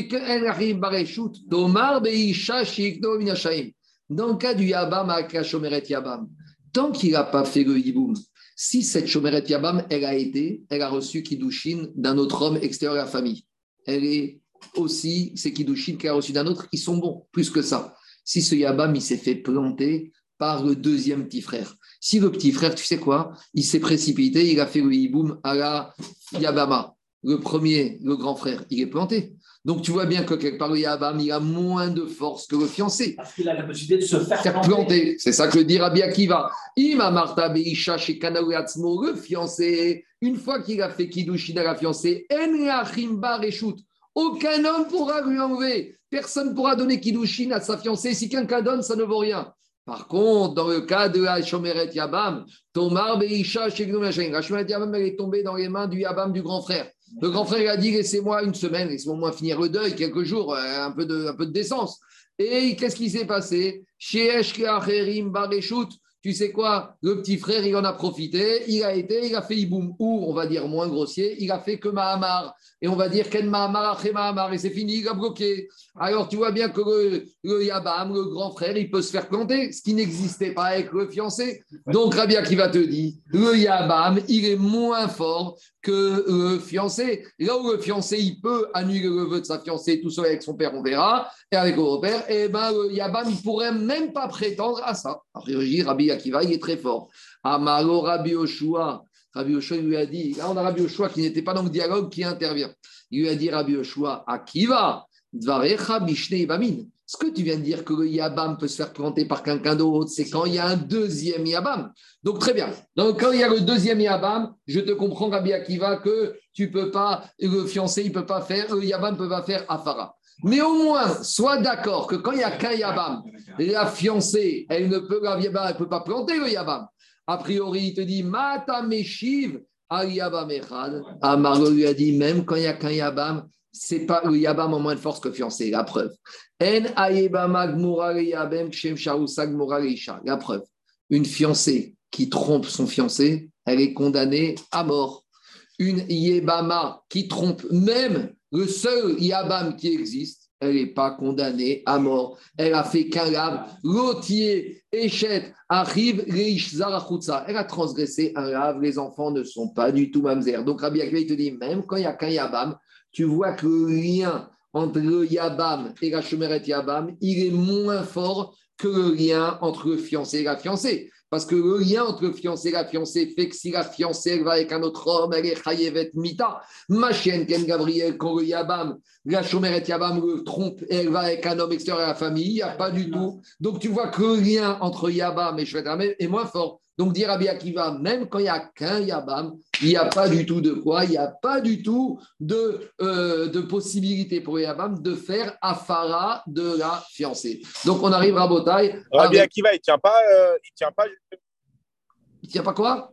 Dans le cas du Yabam à Shomeret Yabam, tant qu'il n'a pas fait le Yiboum, si cette Shomeret Yabam, elle a été, elle a reçu Kiddushin d'un autre homme extérieur à la famille, elle est aussi, ces Kiddushin qu'elle a reçu d'un autre, ils sont bons, plus que ça. Si ce Yabam, il s'est fait planter par le deuxième petit frère. Si le petit frère, tu sais quoi, il s'est précipité, il a fait le hiboum à la Yabama. Le premier, le grand frère, il est planté. Donc tu vois bien que quelque part, le Yabam, il a moins de force que le fiancé. Parce qu'il a la possibilité de se faire planter. planter. C'est ça que dit Rabbi Akiva. Ima Marta Beisha chez Kanaouatzmo, le fiancé, une fois qu'il a fait Kiddushin à la fiancée, En Lachimba Reshut. Aucun homme pourra lui enlever. Personne ne pourra donner Kiddushin à sa fiancée. Si quelqu'un donne, ça ne vaut rien. Par contre, dans le cas de la Shomeret Yabam, Tomar Beisha Shegnom Yashayim, la Shomeret Yabam, elle est tombée dans les mains du Yabam du grand frère. Le grand frère il a dit, laissez-moi une semaine, laissez-moi au moins finir le deuil, quelques jours, un peu de, un peu de décence. Et qu'est-ce qui s'est passé? Chez Eshkeacherim Bareshut, tu sais quoi? Le petit frère, il en a profité, il a été, il a fait Iboum, ou on va dire moins grossier, il a fait que Mahamar. Et on va dire Ken Mahamar après Mahamar, et c'est fini, il a bloqué. Alors tu vois bien que le, le Yabam, le grand frère, il peut se faire planter, ce qui n'existait pas avec le fiancé. Donc Rabbi Akiva te dit, le Yabam, il est moins fort que le fiancé. Là où le fiancé, il peut annuler le vœu de sa fiancée tout seul avec son père, on verra, et avec le père, et ben le Yabam, il ne pourrait même pas prétendre à ça. A priori, Rabbi Akiva, il est très fort. Amaro Rabbi Yoshua. Rabbi Yoshua lui a dit, là on a Rabbi Yoshua qui n'était pas dans le dialogue, qui intervient. Il lui a dit, Rabbi Yoshua, Akiva, Dvarecha Bishne Ibamin. Ce que tu viens de dire que le Yabam peut se faire planter par quelqu'un d'autre, c'est quand il y a un deuxième Yabam. Donc très bien. Donc quand il y a le deuxième Yabam, je te comprends, Rabbi Akiva, que tu peux pas, le fiancé, il peut pas faire, le Yabam ne peut pas faire Afara. Mais au moins, sois d'accord que quand il n'y a qu'un Yabam, la fiancée, elle ne peut, la Yabam, elle peut pas planter le Yabam. A priori, il te dit, Mata Meshiv, al Yabam Echad. Amargo lui a dit, même quand il n'y a qu'un Yabam, c'est pas le Yabam en moins de force que fiancé. La preuve. En Ayebama Gmora le Yabem Kshem Sharousa Gmora le Isha. La preuve. Une fiancée qui trompe son fiancé, elle est condamnée à mort. Une Yebama qui trompe même le seul Yabam qui existe, elle n'est pas condamnée à mort. Elle a fait qu'un lave. Lotier, Échet, arrive, Reish, Zarachutza. Elle a transgressé un lave. Les enfants ne sont pas du tout mamzer. Donc Rabbi Akiva, il te dit, même quand il n'y a qu'un Yabam, tu vois que le lien entre le Yabam et la Shomeret Yabam, il est moins fort que le lien entre le fiancé et la fiancée. Parce que le lien entre le fiancé et la fiancée fait que si la fiancée elle va avec un autre homme, elle est chayevet mita. Ma chienne, Ken Gabriel, quand le Yabam, la Shomeret Yabam le trompe et elle va avec un homme extérieur à la famille, il n'y a pas du tout. Donc tu vois que le lien entre Yabam et Shomeret Yabam est moins fort. Donc dire Rabbi Akiva, même quand il n'y a qu'un Yabam, il n'y a pas du tout de quoi, il n'y a pas du tout de, euh, de possibilité pour le Yabam de faire Afara de la fiancée. Donc on arrive à Botaï. Rabbi avec... Akiva, il ne tient pas. Euh, il tient pas. Il tient pas quoi?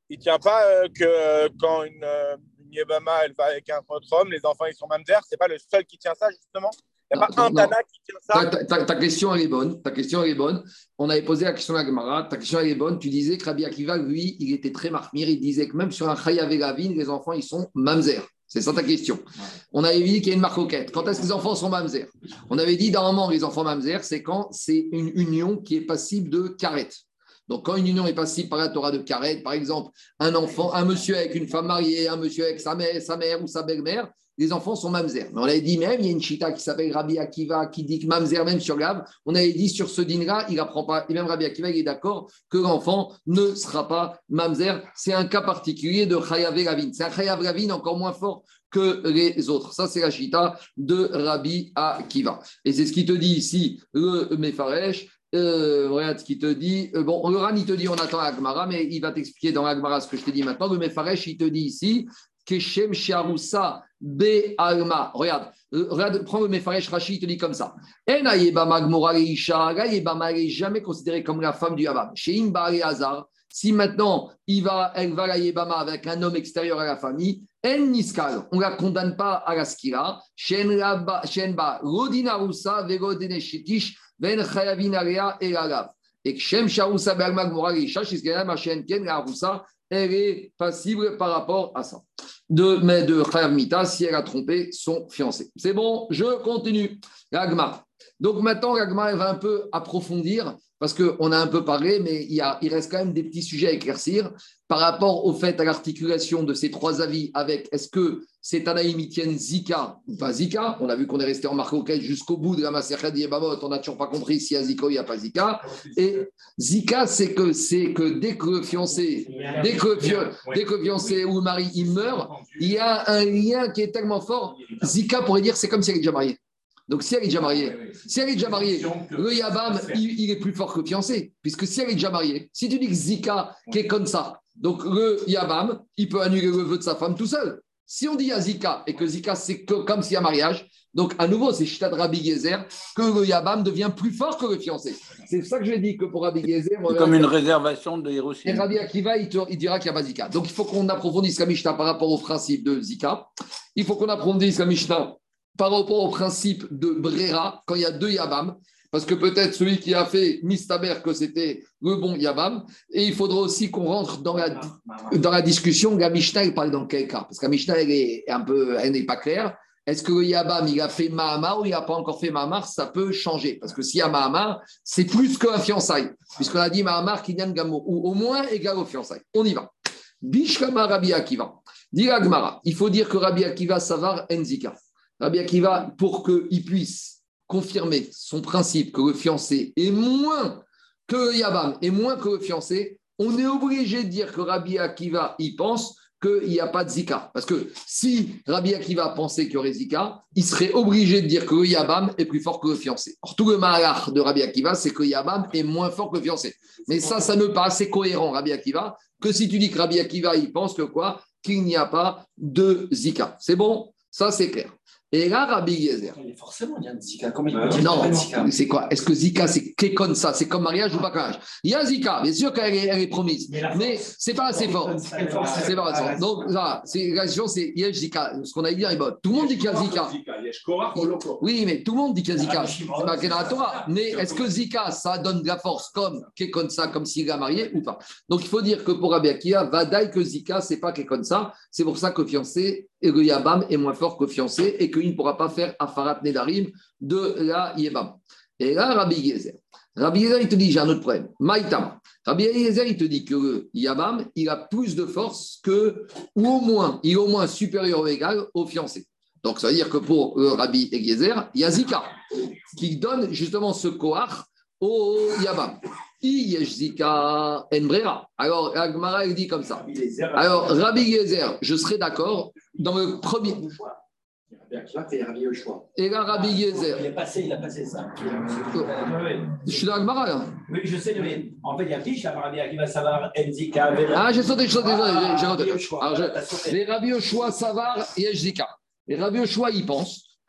il ne tient pas euh, que euh, quand une, euh, une Yébama, elle va avec un autre homme, les enfants, ils sont mamzer. Ce n'est pas le seul qui tient ça, justement. Il n'y a Non, pas un non. Tana qui tient ça. Ta, ta- ta question, elle est bonne. Ta question, elle est bonne. On avait posé la question à Gemara. Ta question, elle est bonne. Tu disais que Rabbi Akiva, lui, il était très marmire. Il disait que même sur un Chayav Elavin, les enfants, ils sont mamzer. C'est ça ta question. On avait dit qu'il y a une marcoquette. Quand est-ce que les enfants sont mamzer? On avait dit, normalement, les enfants mamzer, c'est quand c'est une union qui est passible de karet. Donc, quand une union est passible par la Torah de karet, par exemple, un enfant, un monsieur avec une femme mariée, un monsieur avec sa mère, sa mère ou sa belle-mère, les enfants sont mamzer. Mais on avait dit même, il y a une chita qui s'appelle Rabbi Akiva qui dit que mamzer, même sur Gav, on avait dit sur ce din-là, il apprend pas. Et même Rabbi Akiva, il est d'accord que l'enfant ne sera pas mamzer. C'est un cas particulier de Chayav Ravin. C'est un Chayav Ravin encore moins fort que les autres. Ça, c'est la chita de Rabbi Akiva. Et c'est ce qui te dit ici, le Mefaresh. Euh, regarde ce qu'il te dit. Euh, bon, le Ran, il te dit on attend Agmara, mais il va t'expliquer dans Agmara ce que je te dis maintenant. Le Mefaresh, il te dit ici Keshem Shiarusa Be Alma. Regarde, euh, regarde, prends le Mefaresh Rashi, il te dit comme ça. En Ayebama Gmora Leisha, Ayebama n'est jamais considérée comme la femme du Yavam. Chez Imba et Hazar, si maintenant il va, elle va à Yebama avec un homme extérieur à la famille, En Niskal, on ne la condamne pas à la skira. Shenba Rodina Rusa Vegodene Shetish. Ben Chayavin Area et Lalav. Et que Shem Sharousa Berma Gmora Leisha, Shiskena Machen Ken, la Rusa, elle est passible par rapport à ça. De, mais de Chayav Mita, si elle a trompé son fiancé. C'est bon, je continue. L'Agma. Donc maintenant, l'Agma, elle va un peu approfondir, parce qu'on a un peu parlé, mais il, y a, il reste quand même des petits sujets à éclaircir par rapport au fait à l'articulation de ces trois avis avec est-ce que c'est Tanaïm qui tiennent Zika ou pas Zika. On a vu qu'on est resté en marcoquette jusqu'au bout de la Maserhet Yebamot, on n'a toujours pas compris s'il y a Zika ou il n'y a pas Zika. Et Zika, c'est que, c'est que dès que le fiancé, dès que, dès que le fiancé ou le mari il meurt, il y a un lien qui est tellement fort. Zika pourrait dire c'est comme si elle est déjà mariée. Donc, si elle est déjà mariée, si elle est déjà mariée, le Yabam, il, il est plus fort que le fiancé. Puisque si elle est déjà mariée, si tu dis que Zika, qui est comme ça, donc le Yabam, il peut annuler le vœu de sa femme tout seul. Si on dit à Zika, et que Zika, c'est que, comme s'il y a mariage, donc à nouveau, c'est Shitad Rabbi Gezer, que le Yabam devient plus fort que le fiancé. C'est pour ça que je dis que pour Rabbi Gezer. C'est comme une réservation de Hiroshima. Et Rabbi Akiva, il, te, il dira qu'il n'y a pas Zika. Donc, il faut qu'on approfondisse la Mishnah par rapport au principe de Zika. Il faut qu'on approfondisse la Mishnah par rapport au principe de Brera, quand il y a deux Yabam, parce que peut-être celui qui a fait Mistaber que c'était le bon Yabam, et il faudra aussi qu'on rentre dans la, dans la discussion, la Mishnah, elle parle dans quel cas? Parce que la Mishnah, elle est un peu, elle n'est pas claire. Est-ce que le Yabam, il a fait Mahamar ou il n'a pas encore fait Mahamar? Ça peut changer, parce que s'il y a Mahamar, c'est plus qu'un fiançailles, puisqu'on a dit Mahamar, Kinyan Gamo, ou au moins égal au fiançailles. On y va. Bishkama Rabbi Akiva. Dit la Gemara, il faut dire que Rabbi Akiva Savar Enzika. Rabbi Akiva, pour qu'il puisse confirmer son principe que le fiancé est moins que le Yabam, est moins que le fiancé, on est obligé de dire que Rabbi Akiva, il pense qu'il n'y a pas de Zika. Parce que si Rabbi Akiva pensait qu'il y aurait Zika, il serait obligé de dire que le Yabam est plus fort que le fiancé. Or, tout le malach de Rabbi Akiva, c'est que le Yabam est moins fort que le fiancé. Mais ça, ça ne pas assez cohérent, Rabbi Akiva, que si tu dis que Rabbi Akiva, il pense que quoi? Qu'il n'y a pas de Zika. C'est bon? Ça, c'est clair. Et là, Rabbi Yezer. Forcément, il y a un Zika. Comment il peut dire non, c'est quoi? Est-ce que Zika, c'est comme ça? C'est comme mariage ou pas comme mariage? Il y a Zika, bien sûr qu'elle est, elle est promise, mais, mais ce n'est pas assez fort. C'est pas assez fort. Donc, là, la question, c'est il y a Zika. Ce qu'on a dit, tout le monde dit qu'il y a Zika. Oui, mais tout le monde dit qu'il y a Zika. C'est pas qu'il y a la Torah. Mais est-ce que Zika, ça donne de la force comme comme ça, comme s'il est marié ou pas? Donc, il faut dire que pour Rabbi Akiva, Vadaï que Zika, c'est pas comme ça. C'est pour ça que fiancé et le Yabam est moins fort que fiancé et qu'il ne pourra pas faire Afarat Nedarim de la Yabam. Et là, Rabbi Yezer. Rabbi Yezer, il te dit, j'ai un autre problème. Maïtam. Rabbi Yezer, il te dit que le Yabam, il a plus de force que, ou au moins, il est au moins supérieur ou égal au fiancé. Donc, ça veut dire que pour le Rabbi Yezer, il y a Zika, qui donne justement ce koach au Yabam. Zika en brera. Alors, Agmara, il dit comme ça. Alors, Rabbi Yezer, je serais d'accord dans le premier. Et là, Rabbi Yezer. Il est passé, il a passé ça. Je suis dans Agmara, là. Oui, je sais, mais en fait, il y a fiche, Rabbi Akiva Savar, Enzika. Ah, j'ai sauté, j'ai sauté, j'ai sauté. Les Rabbi Yoshua Savar et Zika. Les Rabbi Yoshua, ils pensent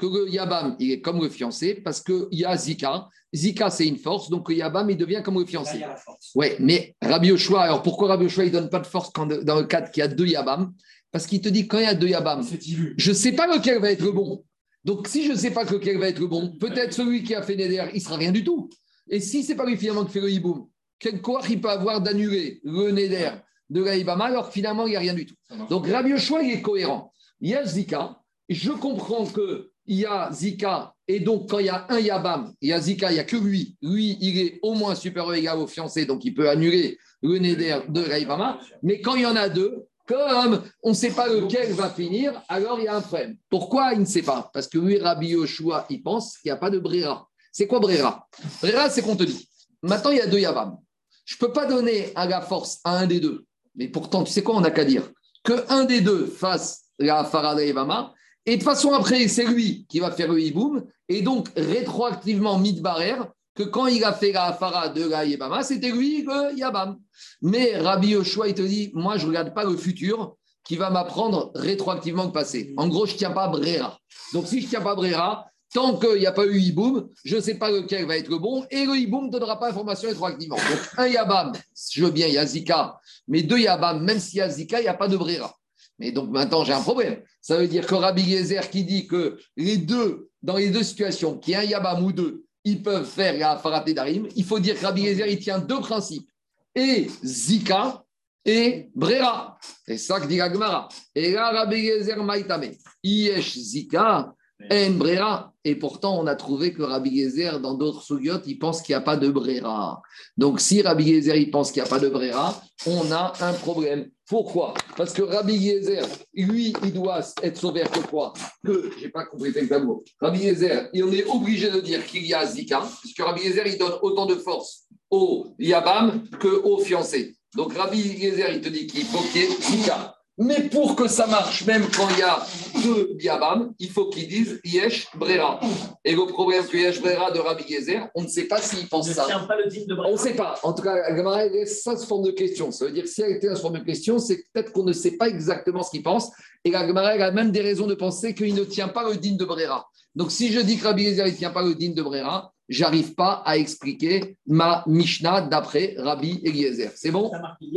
que le Yabam, il est comme le fiancé parce qu'il y a Zika. Zika, c'est une force, donc le Yabam, il devient comme le fiancé. Oui, mais Rabbi Yoshua, alors pourquoi Rabbi Yoshua, il ne donne pas de force quand, dans le cadre qu'il y a deux Yabam? Parce qu'il te dit quand il y a deux Yabam, je ne sais pas lequel va être le bon. Donc si je ne sais pas lequel va être le bon, peut-être celui qui a fait Neder, il ne sera rien du tout. Et si ce n'est pas lui finalement qui fait le Hiboum, quel quoi il peut avoir d'annuler le Neder de la Ibama alors que finalement il n'y a rien du tout. Donc Rabbi Yoshua, il est cohérent. Il y a Zika, je comprends qu'il y a Zika, et donc quand il y a un Yabam, il y a Zika, il n'y a que lui. Lui, il est au moins supérieur ou égal au fiancé, donc il peut annuler le Neder de la Ibama. Mais quand il y en a deux, comme on ne sait pas lequel va finir, alors il y a un problème. Pourquoi il ne sait pas? Parce que lui, Rabbi Yoshua, il pense qu'il n'y a pas de Brera. C'est quoi Brera? Brera, c'est qu'on te dit, maintenant il y a deux Yabam. Je ne peux pas donner à la force à un des deux. Mais pourtant, tu sais quoi, on n'a qu'à dire qu'un des deux fasse la Farada Yabama, et de toute façon, après, c'est lui qui va faire le Hiboum, et donc rétroactivement, Midbarer, que quand il a fait la Farah de la Yabama, c'était lui le Yabam. Mais Rabbi Yoshua, il te dit, moi, je ne regarde pas le futur qui va m'apprendre rétroactivement le passé. En gros, je ne tiens pas Brera. Donc, si je ne tiens pas Brera, tant qu'il n'y a pas eu Hiboum, je ne sais pas lequel va être le bon, et le Hiboum ne donnera pas information rétroactivement. Donc, un Yabam, je veux bien, il y a Zika, mais deux Yabam, même s'il y a Zika, il n'y a pas de Brera. Mais donc, maintenant, j'ai un problème. Ça veut dire que Rabbi Gezer qui dit que les deux, dans les deux situations, qu'il y ait un Yabam ou deux, ils peuvent faire la Faraté Darim, il faut dire que Rabbi Gezer, il tient deux principes, et Zika et Brera. C'est ça que dit la Gemara. Et là, Rabbi Gezer Maïtame, Yesh Zika, En Brera. Et pourtant, on a trouvé que Rabbi Gezer, dans d'autres sougiotes, il pense qu'il n'y a pas de Brera. Donc, si Rabbi Gezer, il pense qu'il n'y a pas de Brera, on a un problème. Pourquoi? Parce que Rabbi Gezer, lui, il doit être sauvé que quoi? Que, je n'ai pas compris exactement. Rabbi Gezer, on est obligé de dire qu'il y a Zika, parce que Rabbi Gezer, il donne autant de force au Yabam qu'au fiancé. Donc, Rabbi Gezer, il te dit qu'il faut qu'il y ait Zika. Mais pour que ça marche, même quand il y a deux Yabam, il faut qu'ils disent Yesh Brera. Et le problème que Yesh Brera de Rabbi Gezer, on ne sait pas s'il pense ça. Pas le digne de Brera. On ne sait pas. En tout cas, la Gemara laisse ça sous forme de question. Ça veut dire que si elle était sous forme de question, c'est peut-être qu'on ne sait pas exactement ce qu'il pense. Et la Gemara a même des raisons de penser qu'il ne tient pas le digne de Brera. Donc si je dis que Rabbi Gezer ne tient pas le digne de Brera, j'arrive pas à expliquer ma Mishnah d'après Rabbi Eliezer. C'est bon?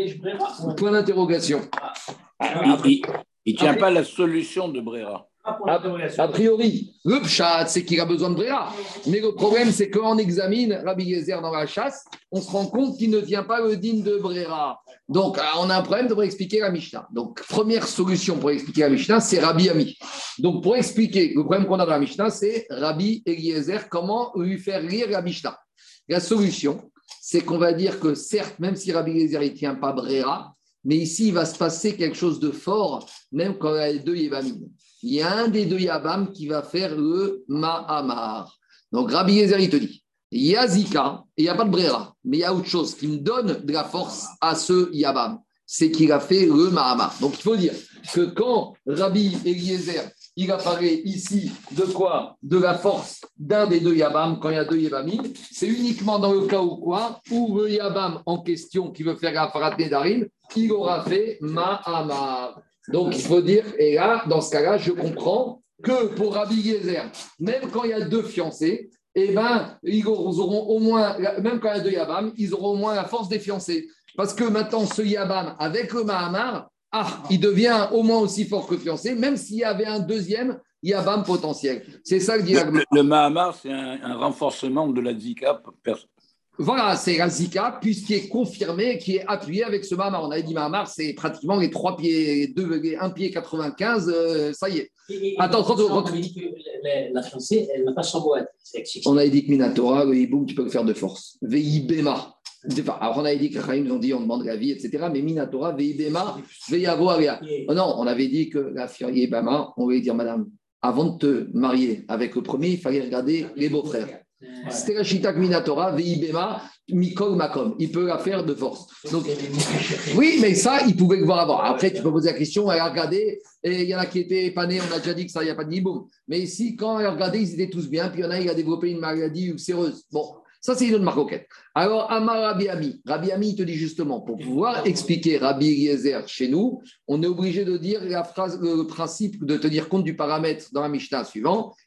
Point d'interrogation. Il ne tient pas la solution de Brera. A, a priori, le pshat, c'est qu'il a besoin de Brera. Mais le problème, c'est quand on examine Rabbi Yezer dans la chasse, on se rend compte qu'il ne tient pas le digne de Brera. Donc, on a un problème de expliquer la Mishnah. Donc, première solution pour expliquer la Mishnah, c'est Rabbi Ami. Donc, pour expliquer le problème qu'on a dans la Mishnah, c'est Rabbi Eliezer, comment lui faire lire la Mishnah. La solution, c'est qu'on va dire que certes, même si Rabbi Eliezer ne tient pas Brera, mais ici, il va se passer quelque chose de fort, même quand il y a les deux Yabamim. Il y a un des deux Yabam qui va faire le Mahamar. Donc, Rabbi Eliezer, il te dit, il y a Zika, et il n'y a pas de Brera, mais il y a autre chose qui me donne de la force à ce Yabam, c'est qu'il a fait le Mahamar. Donc, il faut dire que quand Rabbi Eliezer, il apparaît ici de quoi? De la force d'un des deux Yabam, quand il y a deux Yabamim, c'est uniquement dans le cas où quoi? Où le Yabam en question qui veut faire la Farat Nedarim, il aura fait Mahamar. Donc il faut dire, et là, dans ce cas-là, je comprends que pour Rabbi Eliezer, même quand il y a deux fiancés, eh ben, ils auront au moins, même quand il y a deux Yabam, ils auront au moins la force des fiancés. Parce que maintenant, ce Yabam, avec le Mahamar, ah, il devient au moins aussi fort que le fiancé, même s'il y avait un deuxième Yabam potentiel. C'est ça que dit la... Le, le Mahamar, c'est un, un renforcement de la Zika. Voilà, c'est la Zika, puisqu'il est confirmé, qui est appuyé avec ce Mahamar. On avait dit Mahamar, c'est pratiquement les trois pieds, deux, un pied quatre-vingt-quinze, euh, ça y est. Et, et, Attends, trente, on avait dit que la, la fiancée, elle n'a pas son mot. On avait dit que Minatora, le hiboum, tu peux le faire de force. Veibema. Alors, on avait dit que Rahim, ont dit on demande la vie, et cetera. Mais Minatora, Veibema, Veyavo Aria. Non, on avait dit que la fille Bama, on voulait dire, madame, avant de te marier avec le premier, il fallait regarder les beaux-frères. C'était la Shitak Minatora, Veibema, Mikol Makom. Il peut la faire de force. Donc, oui, mais ça, il pouvait le voir avant. Après, tu peux poser la question, elle a regardé, et il y en a qui étaient épanés, on a déjà dit que ça, il n'y a pas de hiboum. Mais ici, quand elle a regardé, ils étaient tous bien, puis il y en a, il a développé une maladie ulcéreuse. Bon, ça, c'est une autre maroquette. Alors, Amar Rabbi Ami. Rabbi Ami, il te dit justement, pour pouvoir expliquer Rabbi Eliezer chez nous, on est obligé de dire la phrase, le principe de tenir compte du paramètre dans la Mishnah suivant.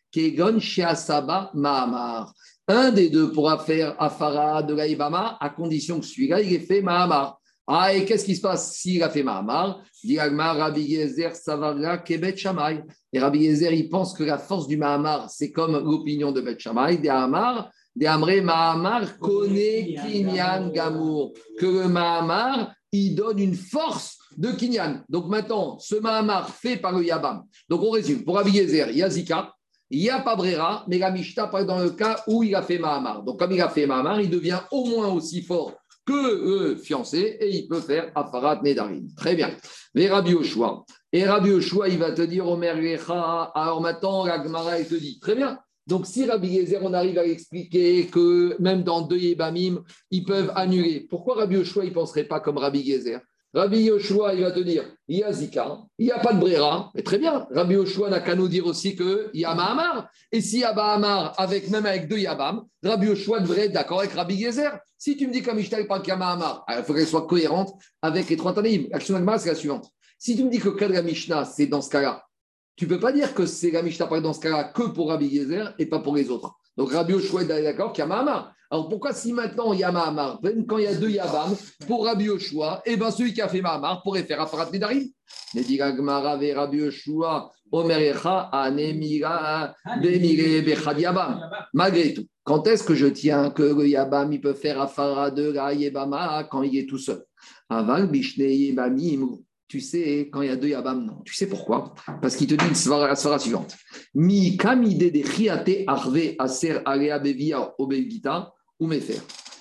Kegon Sheasaba Mahamar. Un des deux pourra faire Afara de la Ibama à condition que celui-là, il ait fait Mahamar. Ah, et qu'est-ce qui se passe s'il a fait Mahamar? Dit Agma, Rabbi Yezer, Savarga, Kebet Shamay. Et Rabbi Yezer, il pense que la force du Mahamar, c'est comme l'opinion de Bet Shamay, des Hamar, des Amré Mahamar, connaît Kinyan Gamour. Que le Mahamar, il donne une force de Kinyan. Donc maintenant, ce Mahamar fait par le Yabam. Donc on résume. Pour Rabbi Yezer, il y a Zika. Il n'y a pas Brera, mais la Mishnah parle dans le cas où il a fait Mahamar. Donc, comme il a fait Mahamar, il devient au moins aussi fort que le fiancé et il peut faire Afarat Nedarim. Très bien. Mais Rabbi Yoshua. Et Rabbi Yoshua, il va te dire Omer Lecha. Alors maintenant, la Gemara, elle te dit très bien. Donc, si Rabbi Yezer, on arrive à expliquer que même dans deux Yébamim, ils peuvent annuler. Pourquoi Rabbi Yoshua, il ne penserait pas comme Rabbi Yezer? Rabbi Yoshua, il va te dire, il y a Zika, il n'y a pas de Brera, mais très bien. Rabbi Yoshua n'a qu'à nous dire aussi qu'il y a Mahamar. Et s'il y a Mahamar, avec, même avec deux Yabam, Rabbi Yoshua devrait être d'accord avec Rabbi Yezer. Si tu me dis qu'un Mishnah parle qu'il y a Mahamar, il faut qu'elle soit cohérente avec les trois Tanaïm. L'action d'Agma, c'est la suivante. Si tu me dis que le cas de la Mishnah, c'est dans ce cas-là, tu ne peux pas dire que c'est la Mishnah parle dans ce cas-là que pour Rabbi Yezer et pas pour les autres. Donc Rabbi Yoshua est d'accord qu'il y a Mahamar. Alors pourquoi si maintenant il y a Mahamar, même quand il y a deux Yabam, pour Rabbi Yoshua, et bien celui qui a fait Mahamar pourrait faire Afarat Nedarim. Mais dit Gagmara ve Rabbi Yoshua, Omer Echa, Anemira, Bemire, Bechad Yabam. Malgré tout, quand est-ce que je tiens que le Yabam il peut faire Afarat de la Yebama quand il est tout seul? Aval Bishne Yebamim. Tu sais, quand il y a deux Yabam, non. Tu sais pourquoi? Parce qu'il te dit la svara suivante. Mi kamide de chiate arve aser alea bevia obegita ou mefer.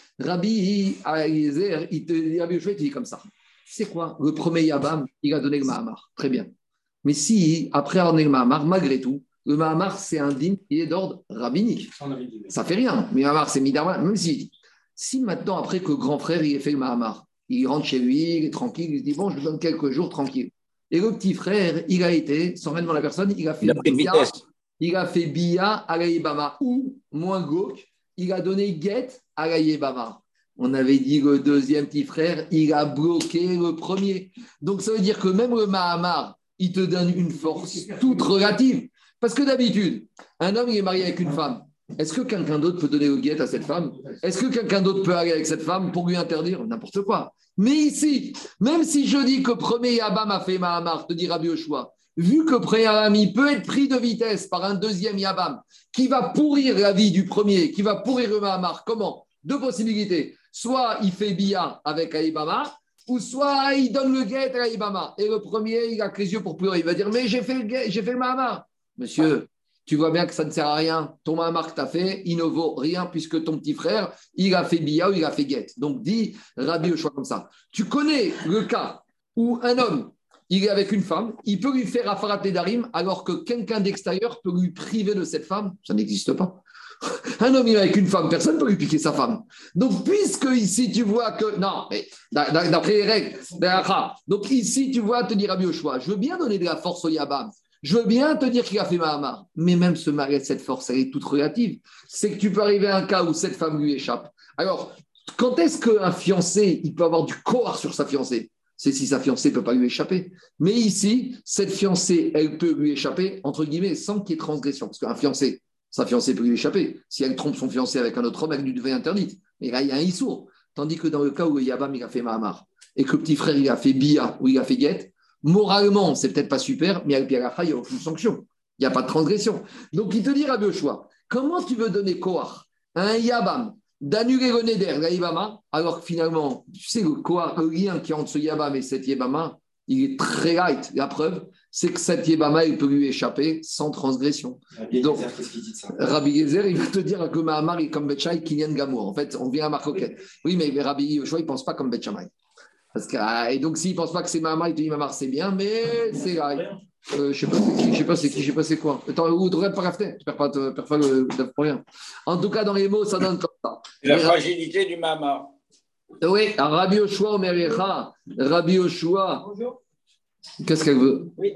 Rabbi Eliezer, il te dit, Rabbi Yoshua, il te dit comme ça. C'est quoi? Le premier Yabam, il a donné le Mahamar. Très bien. Mais si, après avoir donné le Mahamar, malgré tout, le Mahamar, c'est un dîme qui est d'ordre rabbinique. Ça fait rien. Mais le Mahamar, c'est Midama. Même si, si maintenant, après que le grand frère, il ait fait le Mahamar, il rentre chez lui, il est tranquille, il se dit bon, je lui donne quelques jours tranquille. Et le petit frère, il a été, sans même dans la personne, il a fait, il a pris une vitesse. Il a fait Bia à la Yébama, ou, moins glauque, il a donné Get à la Yébama. On avait dit le deuxième petit frère, il a bloqué le premier. Donc ça veut dire que même le Mahamar, il te donne une force toute relative. Parce que d'habitude, un homme, il est marié avec une femme. Est-ce que quelqu'un d'autre peut donner le guet à cette femme? Est-ce que quelqu'un d'autre peut aller avec cette femme pour lui interdire? N'importe quoi. Mais ici, même si je dis que premier Yabam a fait Mahamar, te dit Rabbi Yoshua, vu que premier Yabam il peut être pris de vitesse par un deuxième Yabam qui va pourrir la vie du premier, qui va pourrir le Mahamar, comment? Deux possibilités. Soit il fait Bia avec Aïbama, ou soit il donne le guet à Aïbama. Et le premier, il a que les yeux pour pleurer. Il va dire, mais j'ai fait le guet, j'ai fait le Mahamar. Monsieur, tu vois bien que ça ne sert à rien. Ton Mahamar que tu as fait, il ne vaut rien puisque ton petit frère, il a fait Bia ou il a fait Get. Donc, dis Rabbi Yoshua comme ça. Tu connais le cas où un homme, il est avec une femme, il peut lui faire Afarat Nedarim alors que quelqu'un d'extérieur peut lui priver de cette femme. Ça n'existe pas. Un homme, il est avec une femme, personne ne peut lui piquer sa femme. Donc, puisque ici, tu vois que... Non, mais d'après les règles, donc ici, tu vois, te dire Rabbi Yoshua, je veux bien donner de la force au Yabam. Je veux bien te dire qu'il a fait Mahamar, mais même ce mari, cette force, elle est toute relative. C'est que tu peux arriver à un cas où cette femme lui échappe. Alors, quand est-ce qu'un fiancé, il peut avoir du corps sur sa fiancée? C'est si sa fiancée ne peut pas lui échapper. Mais ici, cette fiancée, elle peut lui échapper, entre guillemets, sans qu'il y ait transgression. Parce qu'un fiancé, sa fiancée peut lui échapper. Si elle trompe son fiancé avec un autre homme, elle lui devient interdite. Mais là, il y a un issour. Tandis que dans le cas où Yabam, il a fait Mahamar, et que le petit frère, il a fait Bia ou il a fait Get, moralement, c'est peut-être pas super, mais avec Pierre il n'y a aucune sanction. Il n'y a pas de transgression. Donc, il te dit, Rabbi Yoshua, comment tu veux donner Kohar à un Yabam d'annuler le Neder, la Yabama, alors que finalement, tu sais, le Kohar, le lien qui est entre ce Yabam et cette Yabama, il est très light. La preuve, c'est que cette Yabama, il peut lui échapper sans transgression. Rabbi Donc, Yezer, qu'est-ce qu'il dit de ça? Rabbi Yezer, il va te dire que Mahamar est comme Betchai, Kinyan Gamour. En fait, on vient à Marcoquet. Oui, mais Rabbi Yoshua, il ne pense pas comme Betchamay. Parce que, ah, et donc, s'il ne pense pas que c'est Mahamar, il te dit Mahamar, c'est bien, mais c'est là. Euh, je ne sais pas c'est qui, je ne sais pas c'est qui, je ne sais pas c'est quoi. Attends, ou tu ne pas rafter, tu ne perds pas, tu perds pas le pour rien. En tout cas, dans les mots, ça donne comme ça. C'est la fragilité du Mahamar. Oui, Rabbi Yoshua, Omer Echa, Rabbi Yoshua. Bonjour. Qu'est-ce qu'elle veut? Oui.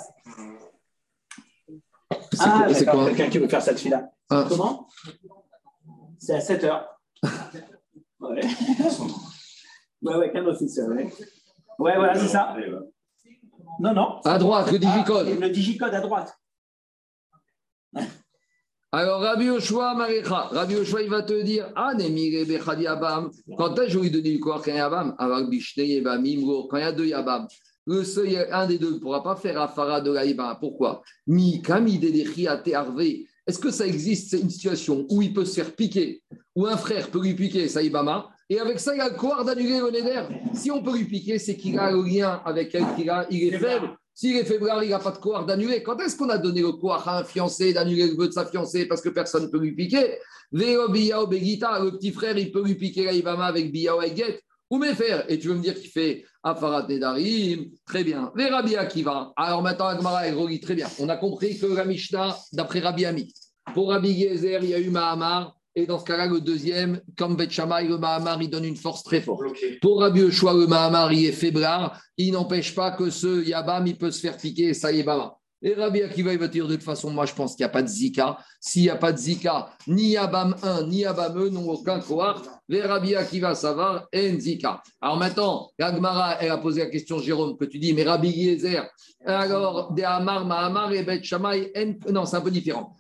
C'est Ah, quoi, c'est d'accord, quoi? quelqu'un qui veut faire cette fille-là. Ah. Comment? C'est à sept heures. Ouais. Ouais, ouais, qu'un officiel. Ouais, ouais, voilà, c'est ça. Non, non. À droite, le digicode. Ah, le digicode à droite. Alors, Rabbi Yoshua Marecha, Rabbi Yoshua, il va te dire, ah, Nemire Bechadi Yabam, quand est-ce que je lui donner du corps quand il y a Yabam, avec Bishne Yabam, Imro, quand il y a deux Yabam, le seul, un des deux ne pourra pas faire Afara de la Yabam. Pourquoi? Mi, Kami, Dedechi, Ate, Arve. Est-ce que ça existe, c'est une situation où il peut se faire piquer, où un frère peut lui piquer sa Ibama, et avec ça, il a le corps d'annuler le Neder? Si on peut lui piquer, c'est qu'il a le lien avec elle, qu'il a, il est faible. S'il est faiblard, il n'a pas de corps d'annuler. Quand est-ce qu'on a donné le corps à un fiancé d'annuler le vœu de sa fiancée parce que personne ne peut lui piquer? Veo Biyao Begita, le petit frère, il peut lui piquer la Ibama avec Biyao et Get. Ou mes frères. Et tu veux me dire qu'il fait Afarat Nedarim? Très bien. Les Rabbi Akiva. Alors maintenant, Agmara et relit très bien. On a compris que la Mishnah, d'après Rabbi Ami, pour Rabbi Gezer, il y a eu Mahamar. Et dans ce cas-là, le deuxième, comme Bet Shammai, le Mahamar, il donne une force très forte. Okay. Pour Rabbi Yoshua, le Mahamar, il est faiblard. Il n'empêche pas que ce Yabam, il peut se faire piquer, ça y est, Bama. Et Rabbi Akiva, il va dire de toute façon, moi, je pense qu'il n'y a pas de Zika. S'il n'y a pas de Zika, ni Yabam un, ni Yabam deux n'ont aucun Kohar. Les Rabbi Akiva, ça va, et Zika. Alors maintenant, Gagmara, elle a posé la question, Jérôme, que tu dis, mais Rabbi Yezer, alors, de Amar, Mahamar et Bet Shammai, non, c'est un peu différent.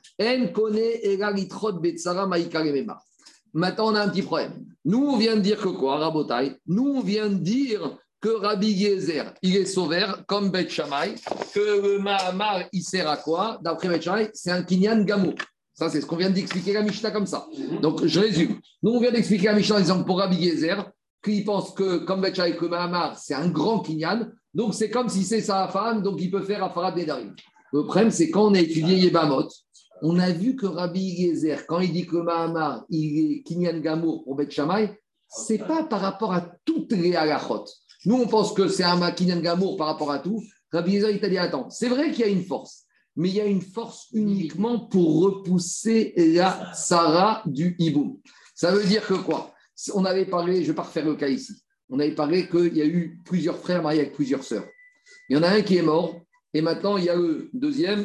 Maintenant, on a un petit problème. Nous, on vient de dire que quoi, Rabotai? Nous, on vient de dire que Rabbi Yezer, il est sauveur, comme Bet Shammai, que le Mahamar, il sert à quoi? D'après Bet Shammai, c'est un Kinyan Gamour. Ça, c'est ce qu'on vient d'expliquer la Mishnah comme ça. Donc, je résume. Nous, on vient d'expliquer la Mishnah en disant que pour Rabbi Yezer, qu'il pense que, comme Bet Shammai, que le Mahamar, c'est un grand Kinyan. Donc, c'est comme si c'est sa femme, donc il peut faire Afarat Nedarim. Le problème, c'est quand on a étudié Yebamot, on a vu que Rabbi Yezer, quand il dit que Mahamar, il est Kinyan Gamour pour Bet Shammai, ce n'est pas par rapport à toutes les halachot. Nous, on pense que c'est un Kinyan Gamour par rapport à tout. Rabbi Yezer, il t'a dit, attends, c'est vrai qu'il y a une force, mais il y a une force uniquement pour repousser la Sarah du Hiboum. Ça veut dire que quoi? On avait parlé, je ne vais pas refaire le cas ici, on avait parlé qu'il y a eu plusieurs frères mariés avec plusieurs sœurs. Il y en a un qui est mort, et maintenant, il y a le deuxième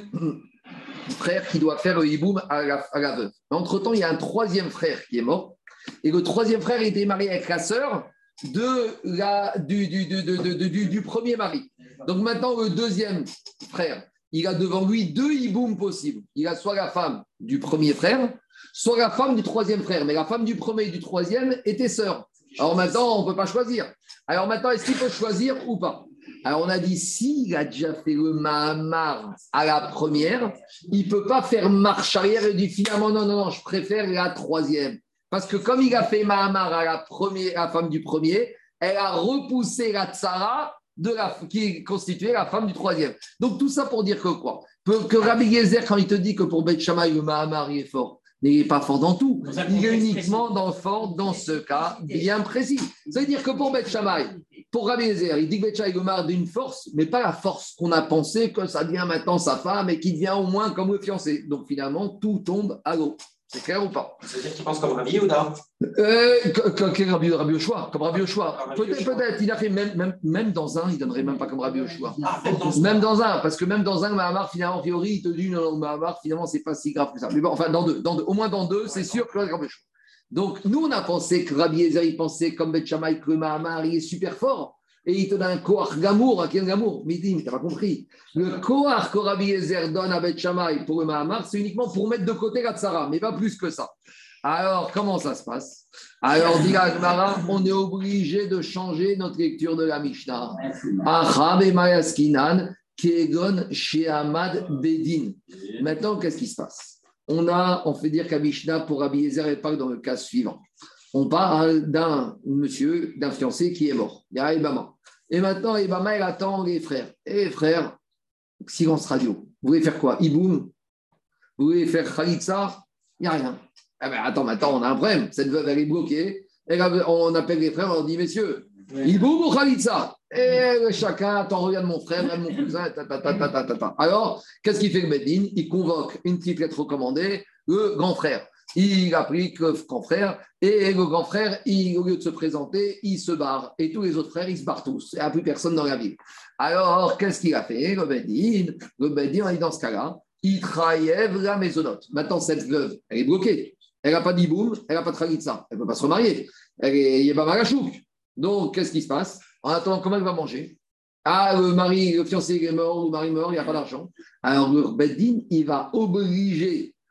frère qui doit faire le hiboum à la, à la veuve. Entre-temps, il y a un troisième frère qui est mort. Et le troisième frère était marié avec la sœur de la, du, du, du, du, du, du, du premier mari. Donc maintenant, le deuxième frère, il a devant lui deux hiboums possibles. Il a soit la femme du premier frère, soit la femme du troisième frère. Mais la femme du premier et du troisième était sœur. Alors maintenant, on ne peut pas choisir. Alors maintenant, est-ce qu'il peut choisir ou pas? Alors, on a dit, s'il a déjà fait le Mahamar à la première, il ne peut pas faire marche arrière et dire finalement, non, non, non, je préfère la troisième. Parce que comme il a fait Mahamar à la, première, à la femme du premier, elle a repoussé la tsara de la, qui constituait la femme du troisième. Donc, tout ça pour dire que quoi? Que Rabbi Yezer, quand il te dit que pour Bet Shammai, le Mahamar, il est fort, mais il n'est pas fort dans tout. Il est uniquement dans, fort dans ce cas bien précis. Ça veut dire que pour Bet Shammai, pour Rabbi Yezer, il dit que Bet Shammai marre d'une force, mais pas la force qu'on a pensé que ça devient maintenant sa femme et qui devient au moins comme le fiancé. Donc finalement, tout tombe à l'eau. C'est clair ou pas? Ça veut dire qu'il pense comme Rabbi Yehuda. euh, Quel Rabbi Yoshua? Comme Rabbi Yoshua. Peut-être, peut-être, il a fait même, même, même dans un, il ne donnerait même pas comme Rabbi Yoshua. Ah, même dans un, parce que même dans un, Mahamar, finalement, en théorie, il te dit non, Mahamar, finalement, c'est pas si grave que ça. Mais bon, enfin, dans deux, dans deux, au moins dans deux, c'est sûr que Rabbi Yoshua. Donc, nous, on a pensé que Rabbi Yezer, il pensait comme Bet Shammai que le Mahamar, il est super fort. Et il te donne un Kohar Gamour, un Ken Gamour. Mais il dit, mais tu n'as pas compris. Le Kohar que Rabbi Yezer donne à Bet Shammai pour le Mahamar, c'est uniquement pour mettre de côté la Tsara, mais pas plus que ça. Alors, comment ça se passe? Alors, dit la Gemara, on est obligé de changer notre lecture de la Mishnah. Achab et Mayaskinan, Kegon Shehamad Bedin. Maintenant, qu'est-ce qui se passe? On a, on fait dire qu'à Mishnah, pour Rabbi Yezer, elle parle dans le cas suivant. On parle d'un monsieur, d'un fiancé qui est mort. Il y a Ebama. Et maintenant, Ebama, elle attend les frères. Et les frères, silence radio. Vous voulez faire quoi? Iboum? Vous voulez faire Khalitsa? Il n'y a rien. Eh ben, attends, maintenant, on a un problème. Cette veuve, elle est bloquée. Et là, on appelle les frères, on leur dit, messieurs, oui. Iboum ou Khalitsa? Et chacun attend, regarde mon frère, regarde mon cousin, ta, ta, ta, ta, ta, ta, ta. Alors, qu'est-ce qu'il fait le Beddin? Il convoque une triplette recommandée, le grand frère. Il applique le grand frère, et le grand frère, il, au lieu de se présenter, il se barre. Et tous les autres frères, ils se barrent tous. Il n'y a plus personne dans la ville. Alors, qu'est-ce qu'il a fait? Le Beddin, le Beddin, on est dans ce cas-là, il trahait la maisonnote. Maintenant, cette veuve, elle est bloquée. Elle n'a pas d'Iboum, elle n'a pas de Khalitsa. Elle ne peut pas se remarier. Elle est, il n'y a pas Malachouk. Donc, qu'est-ce qui se passe? En attendant, comment elle va manger? Ah, le mari, le fiancé est mort, le mari est mort, il n'y a pas d'argent. Alors, le Beddin, il va obliger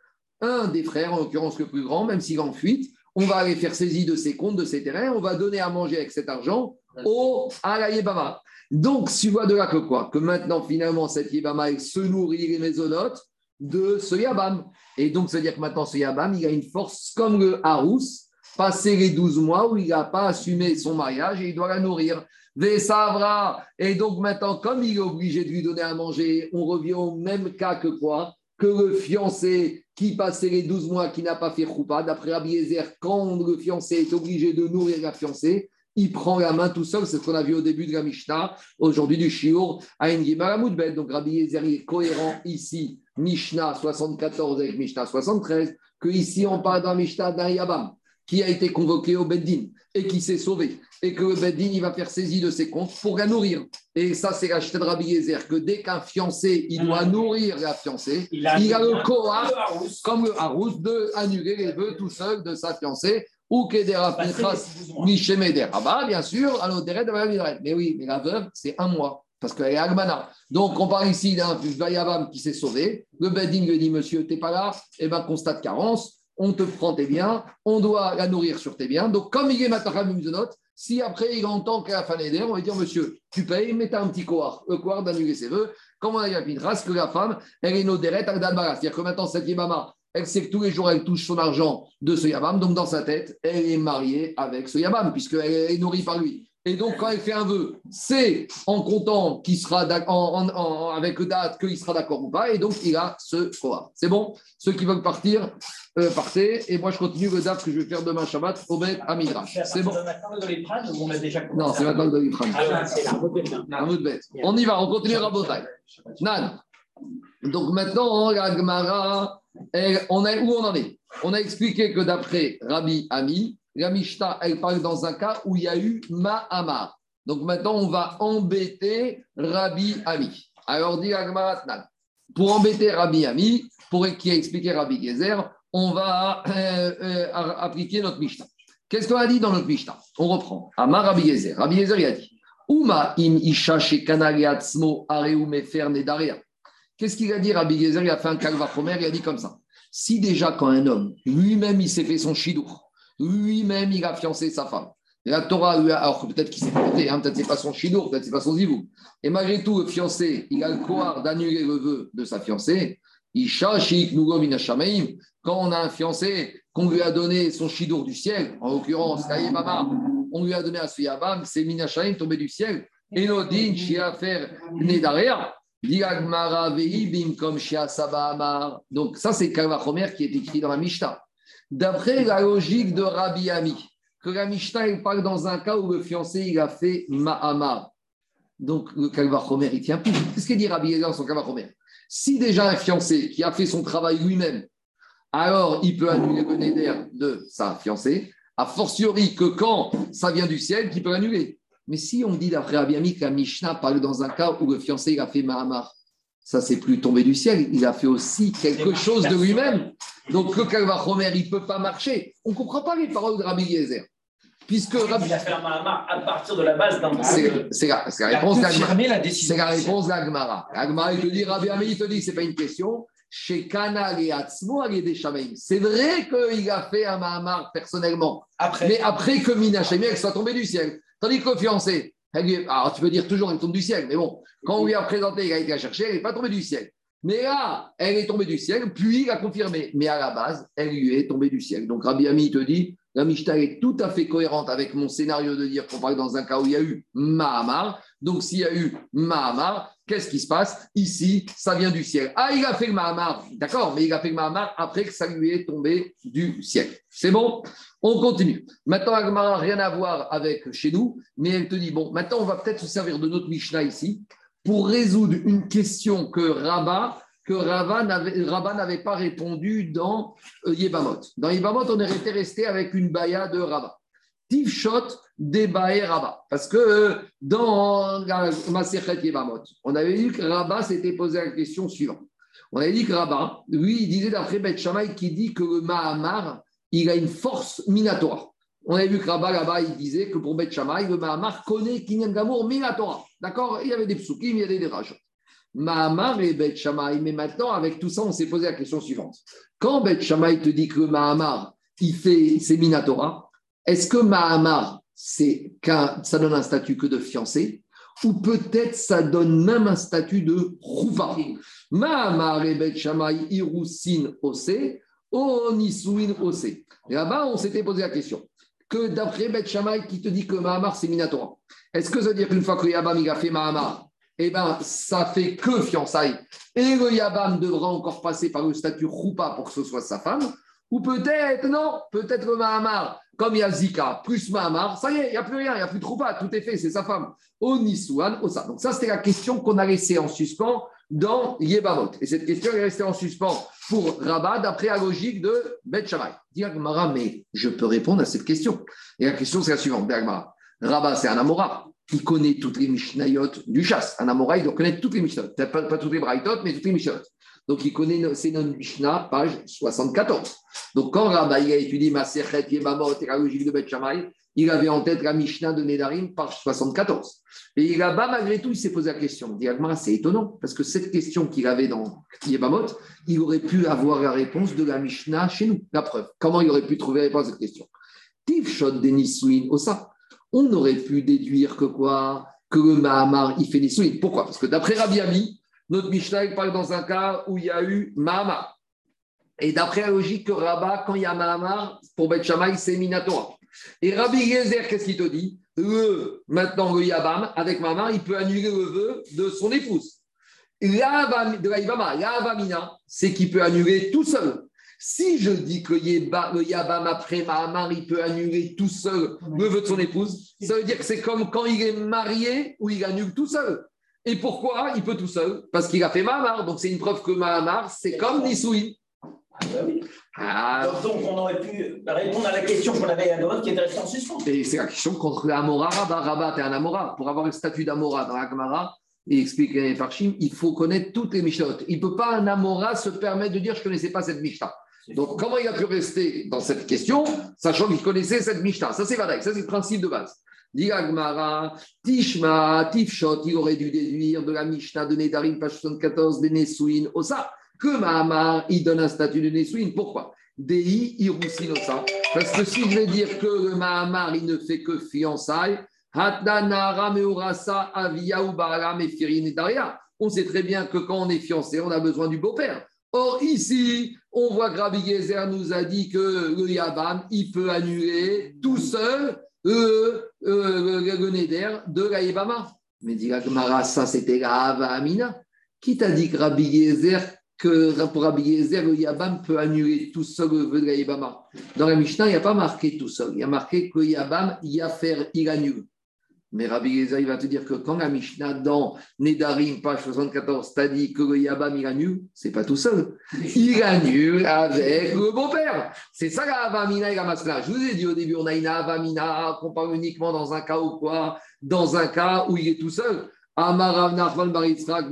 un des frères, en l'occurrence le plus grand, même s'il est en fuite, on va aller faire saisie de ses comptes, de ses terrains, on va donner à manger avec cet argent au, à la Yébama. Donc, tu vois de là que quoi? Que maintenant, finalement, cette Yébama, elle se nourrit les mésonotes de ce Yabam. Et donc, ça veut dire que maintenant, ce Yabam, il a une force comme le Harous, passé les douze mois où il n'a pas assumé son mariage et il doit la nourrir. Vesavra. Et donc, maintenant, comme il est obligé de lui donner à manger, on revient au même cas que quoi? Que le fiancé qui passait les douze mois, qui n'a pas fait choupa, d'après Rabbi Yezer, quand le fiancé est obligé de nourrir la fiancée, il prend la main tout seul. C'est ce qu'on a vu au début de la Mishnah, aujourd'hui du Shiur, à Engimar Amoudbet. Donc Rabbi Yezer est cohérent ici, Mishnah soixante-quatorze avec Mishnah soixante-treize, que ici on parle d'un Mishnah d'un Yabam qui a été convoqué au Beddin et qui s'est sauvé. Et que le Beddin, il va faire saisie de ses comptes pour la nourrir. Et ça, c'est la chita de Rabbi Yezer, que dès qu'un fiancé, il doit nourrir la fiancée, il a, il a le Kohar, comme le Harous, d'annuler les vœux tout seul de sa fiancée. Ou Kedera Pinchas Mishemeder. Ah bah, bien sûr, alors Deret de la Mais oui, mais la veuve, c'est un mois, parce qu'elle est Agmana. Donc, on parle ici d'un Vayavam qui s'est sauvé. Le Beddin lui dit, monsieur, t'es pas là, et bien, constate carence, on te prend tes biens, on doit la nourrir sur tes biens. Donc, comme il est Matacham Mizonot, si après il entend qu'à la fin des on va dire, monsieur, tu payes, mais tu as un petit koar, le koar d'annuler ses vœux. Comme on a dit à Pinchas, que la femme, elle est Noderet Agdalbara. C'est-à-dire que maintenant, cette Yébama, elle sait que tous les jours, elle touche son argent de ce Yabam. Donc, dans sa tête, elle est mariée avec ce Yabam, puisqu'elle est nourrie par lui. Et donc, quand elle fait un vœu, c'est en comptant qu'il sera en, en, en, avec date qu'il sera d'accord ou pas. Et donc, il a ce koar. C'est bon? Ceux qui veulent partir, euh, partez. Et moi, je continue le date que je vais faire demain Shabbat au Bet à Midrash. C'est bon? On a déjà non, c'est maintenant le Doliprane. Ah, c'est la Bet. On y va, on continue Rabotai. Nan. Donc, maintenant, la Gemara, on a, où on en est? On a expliqué que d'après Rabbi Ami, la Mishnah, elle parle dans un cas où il y a eu Ma'amar. Donc maintenant, on va embêter Rabbi Ami. Alors, dit la Gemara Nan. Pour embêter Rabbi Ami, pour qui a expliqué Rabbi Gezer, on va euh, euh, appliquer notre Mishnah. Qu'est-ce qu'on a dit dans notre Mishnah? On reprend. Amar Rabbi Gezer. Rabbi Gezer, il a dit Uma im isha shekana leatzmo areu mefer nedaria. Qu'est-ce qu'il a dit, Rabbi Gezer? Il a fait un kalvachomer, il a dit comme ça. Si déjà, quand un homme, lui-même, il s'est fait son chidour, lui-même, il a fiancé sa femme, la Torah lui a. Alors peut-être qu'il s'est planté, hein, peut-être que ce n'est pas son chidour, peut-être que ce n'est pas son zivou. Et malgré tout, le fiancé, il a le pouvoir d'annuler le vœu de sa fiancée. Isha shik nugom inashamaim. Quand on a un fiancé, qu'on lui a donné son chidour du ciel, en l'occurrence, Kayemama, on lui a donné à ce Yabam, c'est minashamaim tombé du ciel. Et Nodin, Shiafer, Nedarea. Donc, ça, c'est Kalvachomer qui est écrit dans la Mishnah. D'après la logique de Rabbi Ami, que la Mishnah, il parle dans un cas où le fiancé, il a fait Ma'amar. Donc, le Kalvachomer, il tient plus. Qu'est-ce qu'il dit Rabbi Ami dans son Kalvachomer? Si déjà un fiancé qui a fait son travail lui-même, alors il peut annuler le néder de sa fiancée, a fortiori que quand ça vient du ciel, qu'il peut annuler. Mais si on dit d'après Rabbi Ami que la Mishnah parle dans un cas où le fiancé il a fait Mahamar, ça c'est plus tombé du ciel, il a fait aussi quelque chose de lui-même. Donc le Kalvachomer, il ne peut pas marcher. On ne comprend pas les paroles de Rabbi Yezer. Puisque Rabbi... Il a fait un Mahamar à partir de la base d'un. C'est, c'est, la, c'est la réponse d'Agmara. C'est la réponse d'Agmara. Agmara, il te dit, Rabbi Ami, il te dit, ce n'est pas une question. Chez Kana et Atzmo, c'est vrai qu'il a fait un Mahamar personnellement. Après. Mais après que Mina Shemir, elle soit tombée du ciel. Tandis que le fiancé, elle, alors tu peux dire toujours elle tombe du ciel, mais bon, quand on lui a présenté, il a été la chercher, elle n'est pas tombée du ciel. Mais là, elle est tombée du ciel, puis il a confirmé. Mais à la base, elle lui est tombée du ciel. Donc Rabbi Ami te dit, la Mishnah est tout à fait cohérente avec mon scénario de dire qu'on parle dans un cas où il y a eu Mahamar. Donc s'il y a eu Mahamar, qu'est-ce qui se passe? Ici, ça vient du ciel. Ah, il a fait le Mahamar, d'accord, mais il a fait le Mahamar après que ça lui est tombé du ciel. C'est bon? On continue. Maintenant, Agmara n'a rien à voir avec chez nous, mais elle te dit, bon, maintenant, on va peut-être se servir de notre Mishnah ici pour résoudre une question que Rabba, que Rava n'avait, Rabba n'avait pas répondu dans euh, Yebamot. Dans Yebamot, on était resté avec une baya de Rabba. Tivshot Debae Rabba. Parce que euh, dans la Maserhet Yebamot, on avait dit que Rabba s'était posé la question suivante. On avait dit que Rabba, lui, il disait d'après Beth Shammai qui dit que le Mahamar, il a une force minatoire. On avait vu que Rabba, là-bas, il disait que pour Beth Shammai, le Mahamar connaît Kinyan Gamour minatora. D'accord? Il y avait des psukim, il y avait des rajots. Mahamar et Bet Shammai. Mais maintenant, avec tout ça, on s'est posé la question suivante. Quand Bet Shammai te dit que Mahamar, il fait, c'est Minatora, est-ce que Mahamar, c'est qu'un, ça donne un statut que de fiancé, ou peut-être ça donne même un statut de rouva? Mahamar et Bet Shammai, Irousin Ose, Onisuin Ose. Là-bas, on s'était posé la question que d'après Bet Shammai qui te dit que Mahamar, c'est Minatora, est-ce que ça veut dire qu'une fois que le Yabam il a fait Mahamar, eh bien, ça fait que fiançailles, et le Yabam devra encore passer par le statut roupa pour que ce soit sa femme, ou peut-être, non, peut-être le Mahamar, comme il y a Zika, plus Mahamar, ça y est, il n'y a plus rien, il n'y a plus de roupa, tout est fait, c'est sa femme. Onisuan, Osa. Donc ça, c'était la question qu'on a laissée en suspens dans Yebamot. Et cette question est restée en suspens pour Rabat, d'après la logique de Bet Shammai. Dit Agmara, mais je peux répondre à cette question. Et la question, c'est la suivante. Agmara. Rabat, c'est un Amora. Il connaît toutes les Mishnayot du chasse. Un Amora, il doit connaître toutes les Mishnayot. Pas, pas toutes les Braithot, mais toutes les Mishnayot. Donc, il connaît, c'est notre Mishnah, page soixante-quatorze. Donc, quand Rabat, il a étudié Maserhet, Yebamot et la logique de Bet Shammai, il avait en tête la Mishnah de Nedarim, page soixante-quatorze. Et là-bas, malgré tout, il s'est posé la question. Diagma, c'est étonnant, parce que cette question qu'il avait dans Yebamot, il aurait pu avoir la réponse de la Mishnah chez nous. La preuve. Comment il aurait pu trouver la réponse à cette question? Tivshot de Nisuin Osa. On aurait pu déduire que quoi? Que le Mahamar, il fait Nisuin. Pourquoi? Parce que d'après Rabbi Ami, notre Mishnah, il parle dans un cas où il y a eu Mahamar. Et d'après la logique que Rabat, quand il y a Mahamar, pour Bet Shammai, c'est Minatora. Et Rabbi Yezer, qu'est-ce qu'il te dit? Le, maintenant, le Yabam, avec Mahamar, il peut annuler le vœu de son épouse. La, de la Yabama, la Avamina, c'est qu'il peut annuler tout seul. Si je dis que le Yabam, après Mahamar, il peut annuler tout seul le vœu de son épouse, ça veut dire que c'est comme quand il est marié où il annule tout seul. Et pourquoi il peut tout seul? Parce qu'il a fait Mahamar. Donc, c'est une preuve que Mahamar, c'est comme Nisouin. Ah, bah oui. Ah. Donc, on aurait pu répondre à la question qu'on avait à droite qui était restée en suspens. Et c'est la question contre l'Amora Rabat. Rabat est un Amora. Pour avoir le statut d'Amora dans la Gemara, il explique les Farshim, il faut connaître toutes les Mishnah. Il ne peut pas un Amora se permettre de dire je ne connaissais pas cette Mishnah. Donc, comment il a pu rester dans cette question, sachant qu'il connaissait cette Mishnah? Ça, c'est Vadaï, ça, c'est le principe de base. Dit Agmara, Tishma, Tifshot, il aurait dû déduire de la Mishnah de Nedarim, page soixante-quatorze, de Nesouin, Osa, que Mahamar, il donne un statut de Nesouin. Pourquoi? Dei, Irousin, Osa. Parce que si je vais dire que le Mahamar, il ne fait que fiançailles, Hatdanara, Meurasa, Avia, Ubara, Mefirin et Daria. On sait très bien que quand on est fiancé, on a besoin du beau-père. Or, ici, on voit que Rabbi Yezer nous a dit que le Yabam, il peut annuler tout seul euh, euh, le Neder de la Yebama. Mais dit la Gemara, ça c'était la Hava Amina. Qui t'a dit que Rabbi Yezer, que pour Rabbi Yezer, le Yabam peut annuler tout seul le vœu de la Yebama? Dans la Mishnah, il n'y a pas marqué tout seul. Il y a marqué que le Yabam, il y a faire, il annule. Mais Rabbi Yezer, il va te dire que quand la Mishnah dans Nedarim, page soixante-quatorze, t'a dit que le Yabam, il annule, c'est pas tout seul. Il annule avec le beau-père. C'est ça la Avamina et la Masla. Je vous ai dit au début, on a une Avamina qu'on parle uniquement dans un cas ou quoi? Dans un cas où il est tout seul. Amarav Nachman Bar Yitzhak,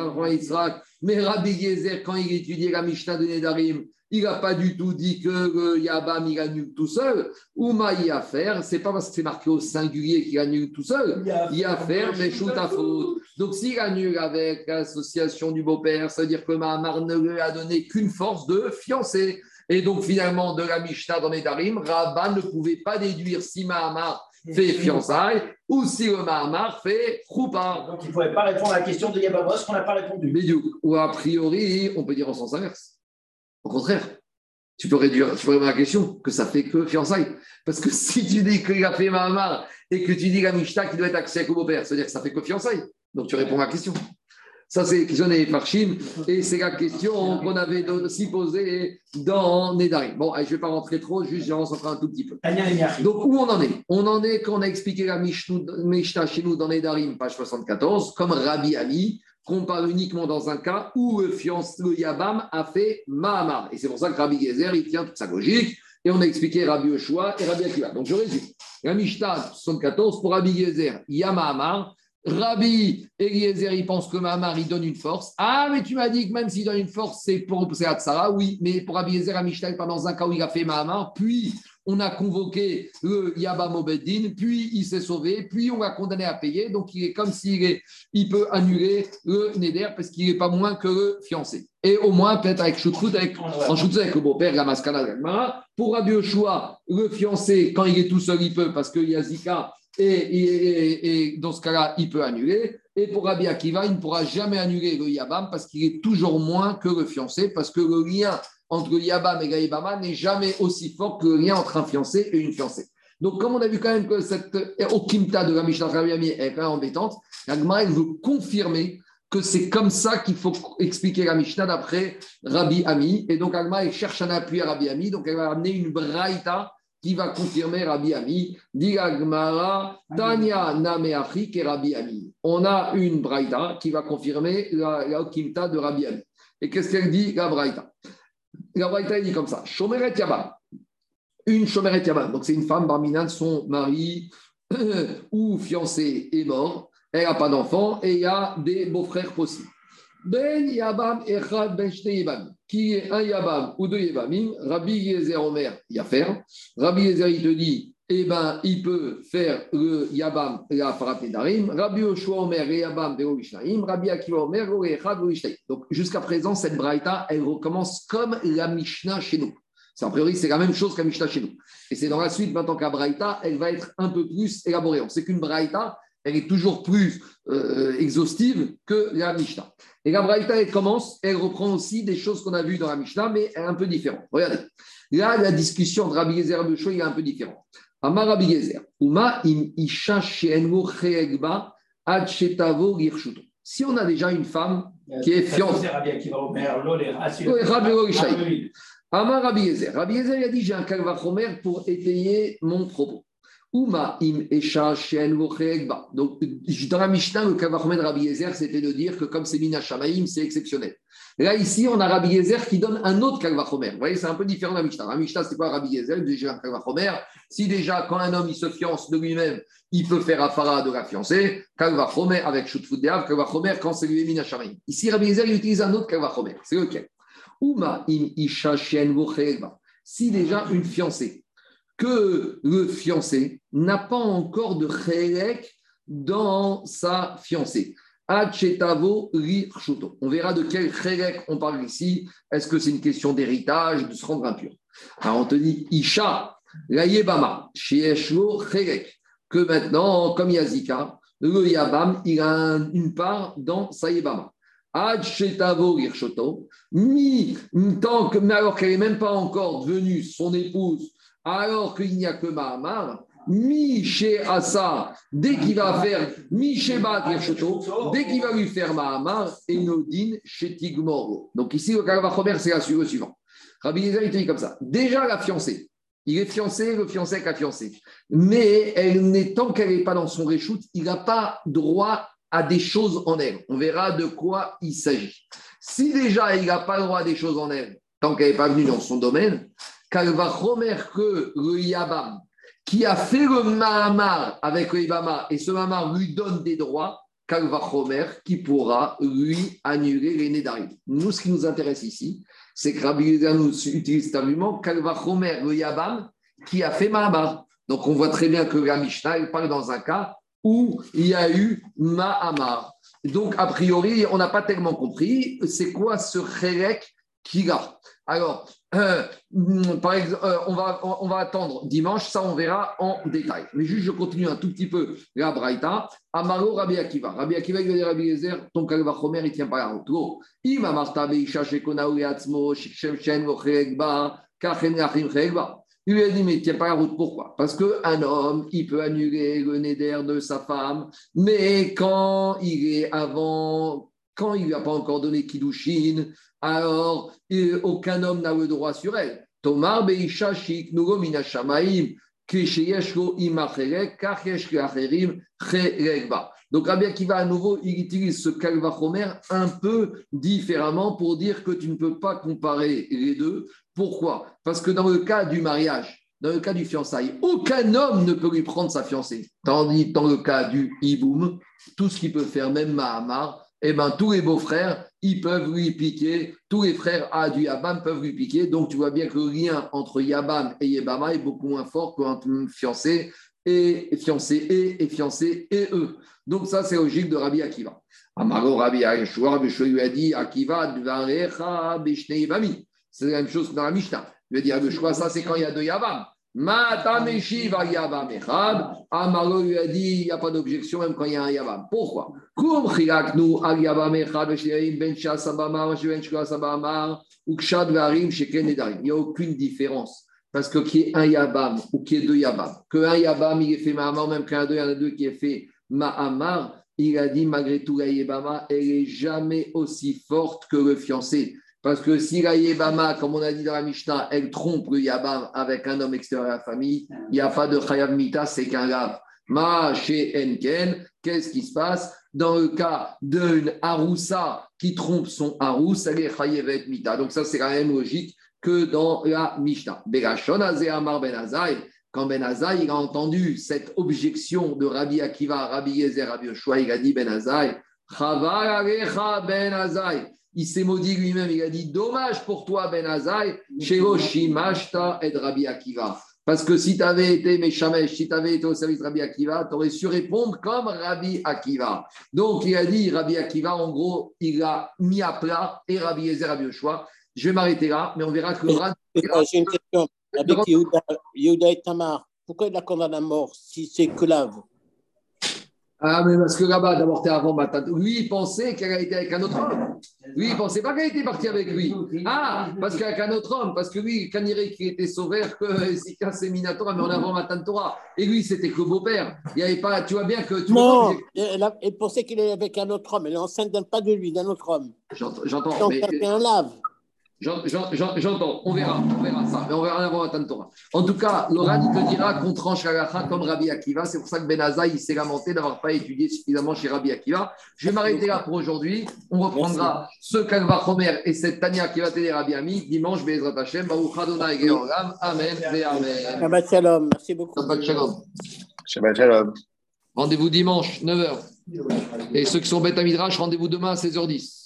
mais Rabbi Yezer, quand il étudiait la Mishnah de Nedarim, il n'a pas du tout dit que le Yabam, il annule tout seul. Ou Maï à faire, c'est pas parce que c'est marqué au singulier qu'il annule tout seul. Il y a à faire, mais shoot à faute. Donc, s'il annule avec l'association du beau-père, ça veut dire que Mahamar ne lui a donné qu'une force de fiancé. Et donc, finalement, de la Mishnah dans Nedarim, Rabban ne pouvait pas déduire si Mahamar fait fiançailles ou si le Mahamar fait choupa. Donc, il ne pouvait pas répondre à la question de Yabamos qu'on n'a pas répondu. Mais du coup, ou a priori, on peut dire en sens inverse. Au contraire, tu peux réduire, tu peux répondre à la question que ça fait que fiançailles. Parce que si tu dis qu'il a fait Mahamar et que tu dis la Mishnah qui doit être accès au beau-père, c'est-à-dire que ça fait que fiançailles. Donc tu réponds à la question. Ça, c'est la question des Farshim et c'est la question qu'on avait aussi posée dans Nedarim. Bon, allez, je ne vais pas rentrer trop, juste j'avance encore un tout petit peu. Donc, où on en est? On en est quand on a expliqué la Mishnah chez nous dans Nedarim, page soixante-quatorze, comme Rabbi Ami, qu'on parle uniquement dans un cas où le, fiance, le Yabam a fait Mahamar. Et c'est pour ça que Rabbi Gezer, il tient toute sa logique. Et on a expliqué Rabbi Yoshua et Rabbi Akiva. Donc, je résume. La Mishnah soixante-quatorze, pour Rabbi Gezer, il y a Mahamar. Rabbi Eliezer, il pense que Mahamar, il donne une force. Ah, mais tu m'as dit que même s'il donne une force, c'est pour c'est Hatzara. Oui, mais pour Rabbi Eliezer, à Mishnah, pas dans un cas où il a fait Mahamar, puis on a convoqué le Yabam Obeddin, puis il s'est sauvé, puis on l'a condamné à payer. Donc, il est comme s'il est, il peut annuler le Neder parce qu'il n'est pas moins que le fiancé. Et au moins, peut-être avec Choutfout, avec, en Choutfout, avec le beau-père, la Maskana de Gagmara. Pour Rabbi Yoshua, le fiancé, quand il est tout seul, il peut parce qu'il y a Zika. Et, et, et, et dans ce cas-là, il peut annuler. Et pour Rabbi Akiva, il ne pourra jamais annuler le Yabam parce qu'il est toujours moins que le fiancé, parce que le lien entre le Yabam et Gaïbama n'est jamais aussi fort que le lien entre un fiancé et une fiancée. Donc, comme on a vu quand même que cette Okimta de la Mishnah Rabbi Ami est quand même embêtante, la Gemara, elle veut confirmer que c'est comme ça qu'il faut expliquer la Mishnah d'après Rabbi Ami. Et donc, la Gemara, elle cherche un appui à Rabbi Ami. Donc, elle va amener une braïta qui va confirmer Rabbi Ami. Dit la Gemara, Tanya Nameachi et Rabbi Ami. On a une braïta qui va confirmer la, la Okimta de Rabbi Ami. Et qu'est-ce qu'elle dit, la braïta? La braïta, elle dit comme ça, Shomeret Yabam. Une Shomeret Yabam. Donc, c'est une femme, Barminan, son mari euh, ou fiancé est mort. Elle n'a pas d'enfant et il y a des beaux-frères possibles. Ben Yabam Echad Ben Shne Yabam. Qui est un Yabam ou deux Yabamim. Rabbi Yezer Omer, il y a faire. Rabbi Yezer, il te dit, eh ben, il peut faire le Yabam et la Farat Nedarim. Rabbi Yoshua Omer, le Yabam Veo Ishnaim. Rabbi Akiva Omer, le Echad Veo Ishnaim. Donc, jusqu'à présent, cette braïta, elle recommence comme la Mishnah chez nous. C'est, a priori, c'est la même chose que la Mishnah chez nous. Et c'est dans la suite, maintenant qu'à braïta, elle va être un peu plus élaborée. On sait qu'une braïta, elle est toujours plus euh, exhaustive que la Mishnah. Et la braïta, elle commence, elle reprend aussi des choses qu'on a vues dans la Mishnah, mais elle est un peu différente. Regardez. Là, la discussion entre Rabbi Yezer et Rabbi Yoshua est un peu différente. Amar Rabbi Yezer, Uma im isha she'enmo cheegba ad shetavo girshuto. Si on a déjà une femme qui est fiancée. Amar Rabbi Yezer. Rabbi Yezer a dit, j'ai un kalvachomer pour étayer mon propos. Uma im esha she'enmo cheegba. Donc, dans la Mishnah, le kalvachomer de Rabbi Yezer, c'était de dire que comme c'est mina shamaim, c'est exceptionnel. Là, ici, on a Rabbi Yezer qui donne un autre kalvachomer. Vous voyez, c'est un peu différent de la Mishnah. La Mishnah, c'est pas Rabbi Yezer, déjà un kalvachomer. Si déjà, quand un homme il se fiance de lui-même, il peut faire afara de la fiancée, kalvachomer avec shutfut de'av, kalvachomer quand c'est lui mina shamaim. Ici, Rabbi Yezer, il utilise un autre kalvachomer. C'est lequel? Uma im isha she'enmo cheegba. Si déjà une fiancée, que le fiancé n'a pas encore de chélek dans sa fiancée. On verra de quel chélek on parle ici. Est-ce que c'est une question d'héritage, de se rendre impur? Alors on te dit Isha, la Yebama, Shieshlo chélek, que maintenant, comme Yazika, le Yabam, il a une part dans sa Yebama. Ad Shetavo Girshoto, mi, tant que, mais alors qu'elle n'est même pas encore devenue son épouse, alors qu'il n'y a que Mahamar, mi chez Asa, dès qu'il va faire mi chez Bat Girshoto, dès qu'il va lui faire Mahamar, Enodin chez Tigmoro. Donc ici, le Kalvachomer, c'est le suivant. Rabbi Yezer, il te dit comme ça. Déjà, la fiancée, il est fiancé, le fiancé avec la fiancée. Mais elle n'est, tant qu'elle n'est pas dans son réchoute, il n'a pas droit à des choses en elle. On verra de quoi il s'agit. Si déjà il n'a pas le droit à des choses en elle, tant qu'elle n'est pas venue dans son domaine, Kalvachomer que le Yabam, qui a fait le Mahamar avec le Yabama, et ce Mahamar lui donne des droits, Kalvachomer qui pourra lui annuler les Nédarim. Nous, ce qui nous intéresse ici, c'est que Rabbi Yezer nous utilise cet argument, Kalvachomer, le Yabam, qui a fait Mahamar. Donc on voit très bien que la Mishnah, elle parle dans un cas où il y a eu Mahamar. Donc, a priori, on n'a pas tellement compris c'est quoi ce chélek qu'il a. Alors, euh, par exemple, euh, on, va, on va attendre dimanche, ça on verra en détail. Mais juste, je continue un tout petit peu la Braïta. Amaro Rabbi Akiva. Rabbi Akiva, il va dire Rabbi Yezer, ton kalvachomer, il ne tient pas la route. Oh, Ima Marta Beisha Shekonaou Yatzmo, Shikshem Shen Vochelek Ba, Kachen Yachim Chelek Ba. Il lui a dit, mais il ne tient pas la route. Pourquoi? Parce qu'un homme, il peut annuler le néder de sa femme, mais quand il est avant, quand il ne lui a pas encore donné Kiddushin, alors il, aucun homme n'a le droit sur elle. Tomar Beisha Shik Nugo Mina Shamaim, Kesheyeshko Imachelek, Kacheshke Acherim, Cherekba. Donc Rabbi Akiva, à nouveau, il utilise ce kalvachomer un peu différemment pour dire que tu ne peux pas comparer les deux. Pourquoi? Parce que dans le cas du mariage, dans le cas du fiançailles, aucun homme ne peut lui prendre sa fiancée. Tandis dans le cas du hiboum, tout ce qu'il peut faire, même Mahamar, eh ben, tous les beaux-frères, ils peuvent lui piquer, tous les frères A du Yabam peuvent lui piquer. Donc, tu vois bien que le lien entre Yabam et Yebama est beaucoup moins fort qu'entre fiancé et fiancé et, et fiancé et eux. Donc, ça, c'est logique de Rabbi Akiva. Amaro Rabbi Yeshua, Rabbi Yeshua lui a dit Akiva, Dvarecha, Bishne Yabami. C'est la même chose que dans la Mishnah. Il veut dire Rabbi Yeshua, ça, c'est quand il y a deux Yabam. Matameshi va Yabam Echad. Amaro lui a dit il n'y a pas d'objection, même quand il y a un Yabam. Pourquoi? Kum Chilaknu al Yabam Echad, Beshneim, Ben Shas Abamar, Ben Shas Abamar, Ukshad Varim, Sheken Nedarim. Il n'y a aucune différence. Parce que qu'il y ait un Yabam ou qu'il y ait deux Yabam, qu'un Yabam, il est fait Mahamar, même qu'un deux, il y en a deux qui est fait Mahamar, il a dit malgré tout, la Yebama, elle n'est jamais aussi forte que le fiancé. Parce que si la Yebama, comme on a dit dans la Mishnah, elle trompe le Yabam avec un homme extérieur à la famille, il n'y a pas de Chayav Mita, c'est qu'un lave. Ma chez Enken, qu'est-ce qui se passe? Dans le cas d'une Aroussa qui trompe son Arous, elle est Chayavet Mita. Donc ça, c'est la même logique que dans la Mishnah. Berachon Azéamar Ben Azaï, quand Ben Azaï il a entendu cette objection de Rabbi Akiva, Rabbi Yezer, Rabbi Yoshua, il a dit Ben Azaï, Chavar Alecha Ben Azaï. Il s'est maudit lui-même, il a dit dommage pour toi Ben Azaï, Shelo Shimashta et Rabbi Akiva. Parce que si tu avais été Meshamesh, si tu avais été au service de Rabbi Akiva, tu aurais su répondre comme Rabbi Akiva. Donc il a dit Rabbi Akiva, en gros, il a mis à plat et Rabbi Yezer, Rabbi Yoshua. Je vais m'arrêter là, mais on verra que le Ran. J'ai une question. Avec Yehuda, Yehuda et Tamar, pourquoi il la condamne à mort si c'est que lave? Ah, mais parce que là-bas, d'abord, t'es avant Matan. Lui, il pensait qu'elle a été avec un autre homme. Lui, il ne pensait pas qu'elle était partie avec lui. Ah, parce qu'avec un autre homme. Parce que lui, quand il dirait qu'il était sauveur, que c'est qu'un séminatoire, mais en avant Matan Torah. Et lui, c'était que le beau-père. Il n'y avait pas, tu vois bien que. Tu non, vois, elle, a, elle pensait qu'il était avec un autre homme. Elle est enceinte pas de lui, d'un autre homme. J'entends. Donc, mais... elle fait un lave. J'entends, on verra, on verra ça, mais on verra avant Matan Torah. En tout cas, le Ran, il te dira qu'on tranche Halacha comme Rabbi Akiva. C'est pour ça que Ben Azaï, il s'est lamenté d'avoir pas étudié suffisamment chez Rabbi Akiva. Je vais m'arrêter là pour aujourd'hui. On reprendra Merci. ce Kalva Chomer et cette Tania qui va t'aider Rabbi Ami dimanche, Be'ezrat Hashem, Baruch Adonai Geolam, Amen et Amen. Shabbat Shalom, merci beaucoup. Shabbat Shalom. Shabbat Shalom. Rendez-vous dimanche, neuf heures. Et ceux qui sont bêtes à Midrash, rendez-vous demain à seize heures dix.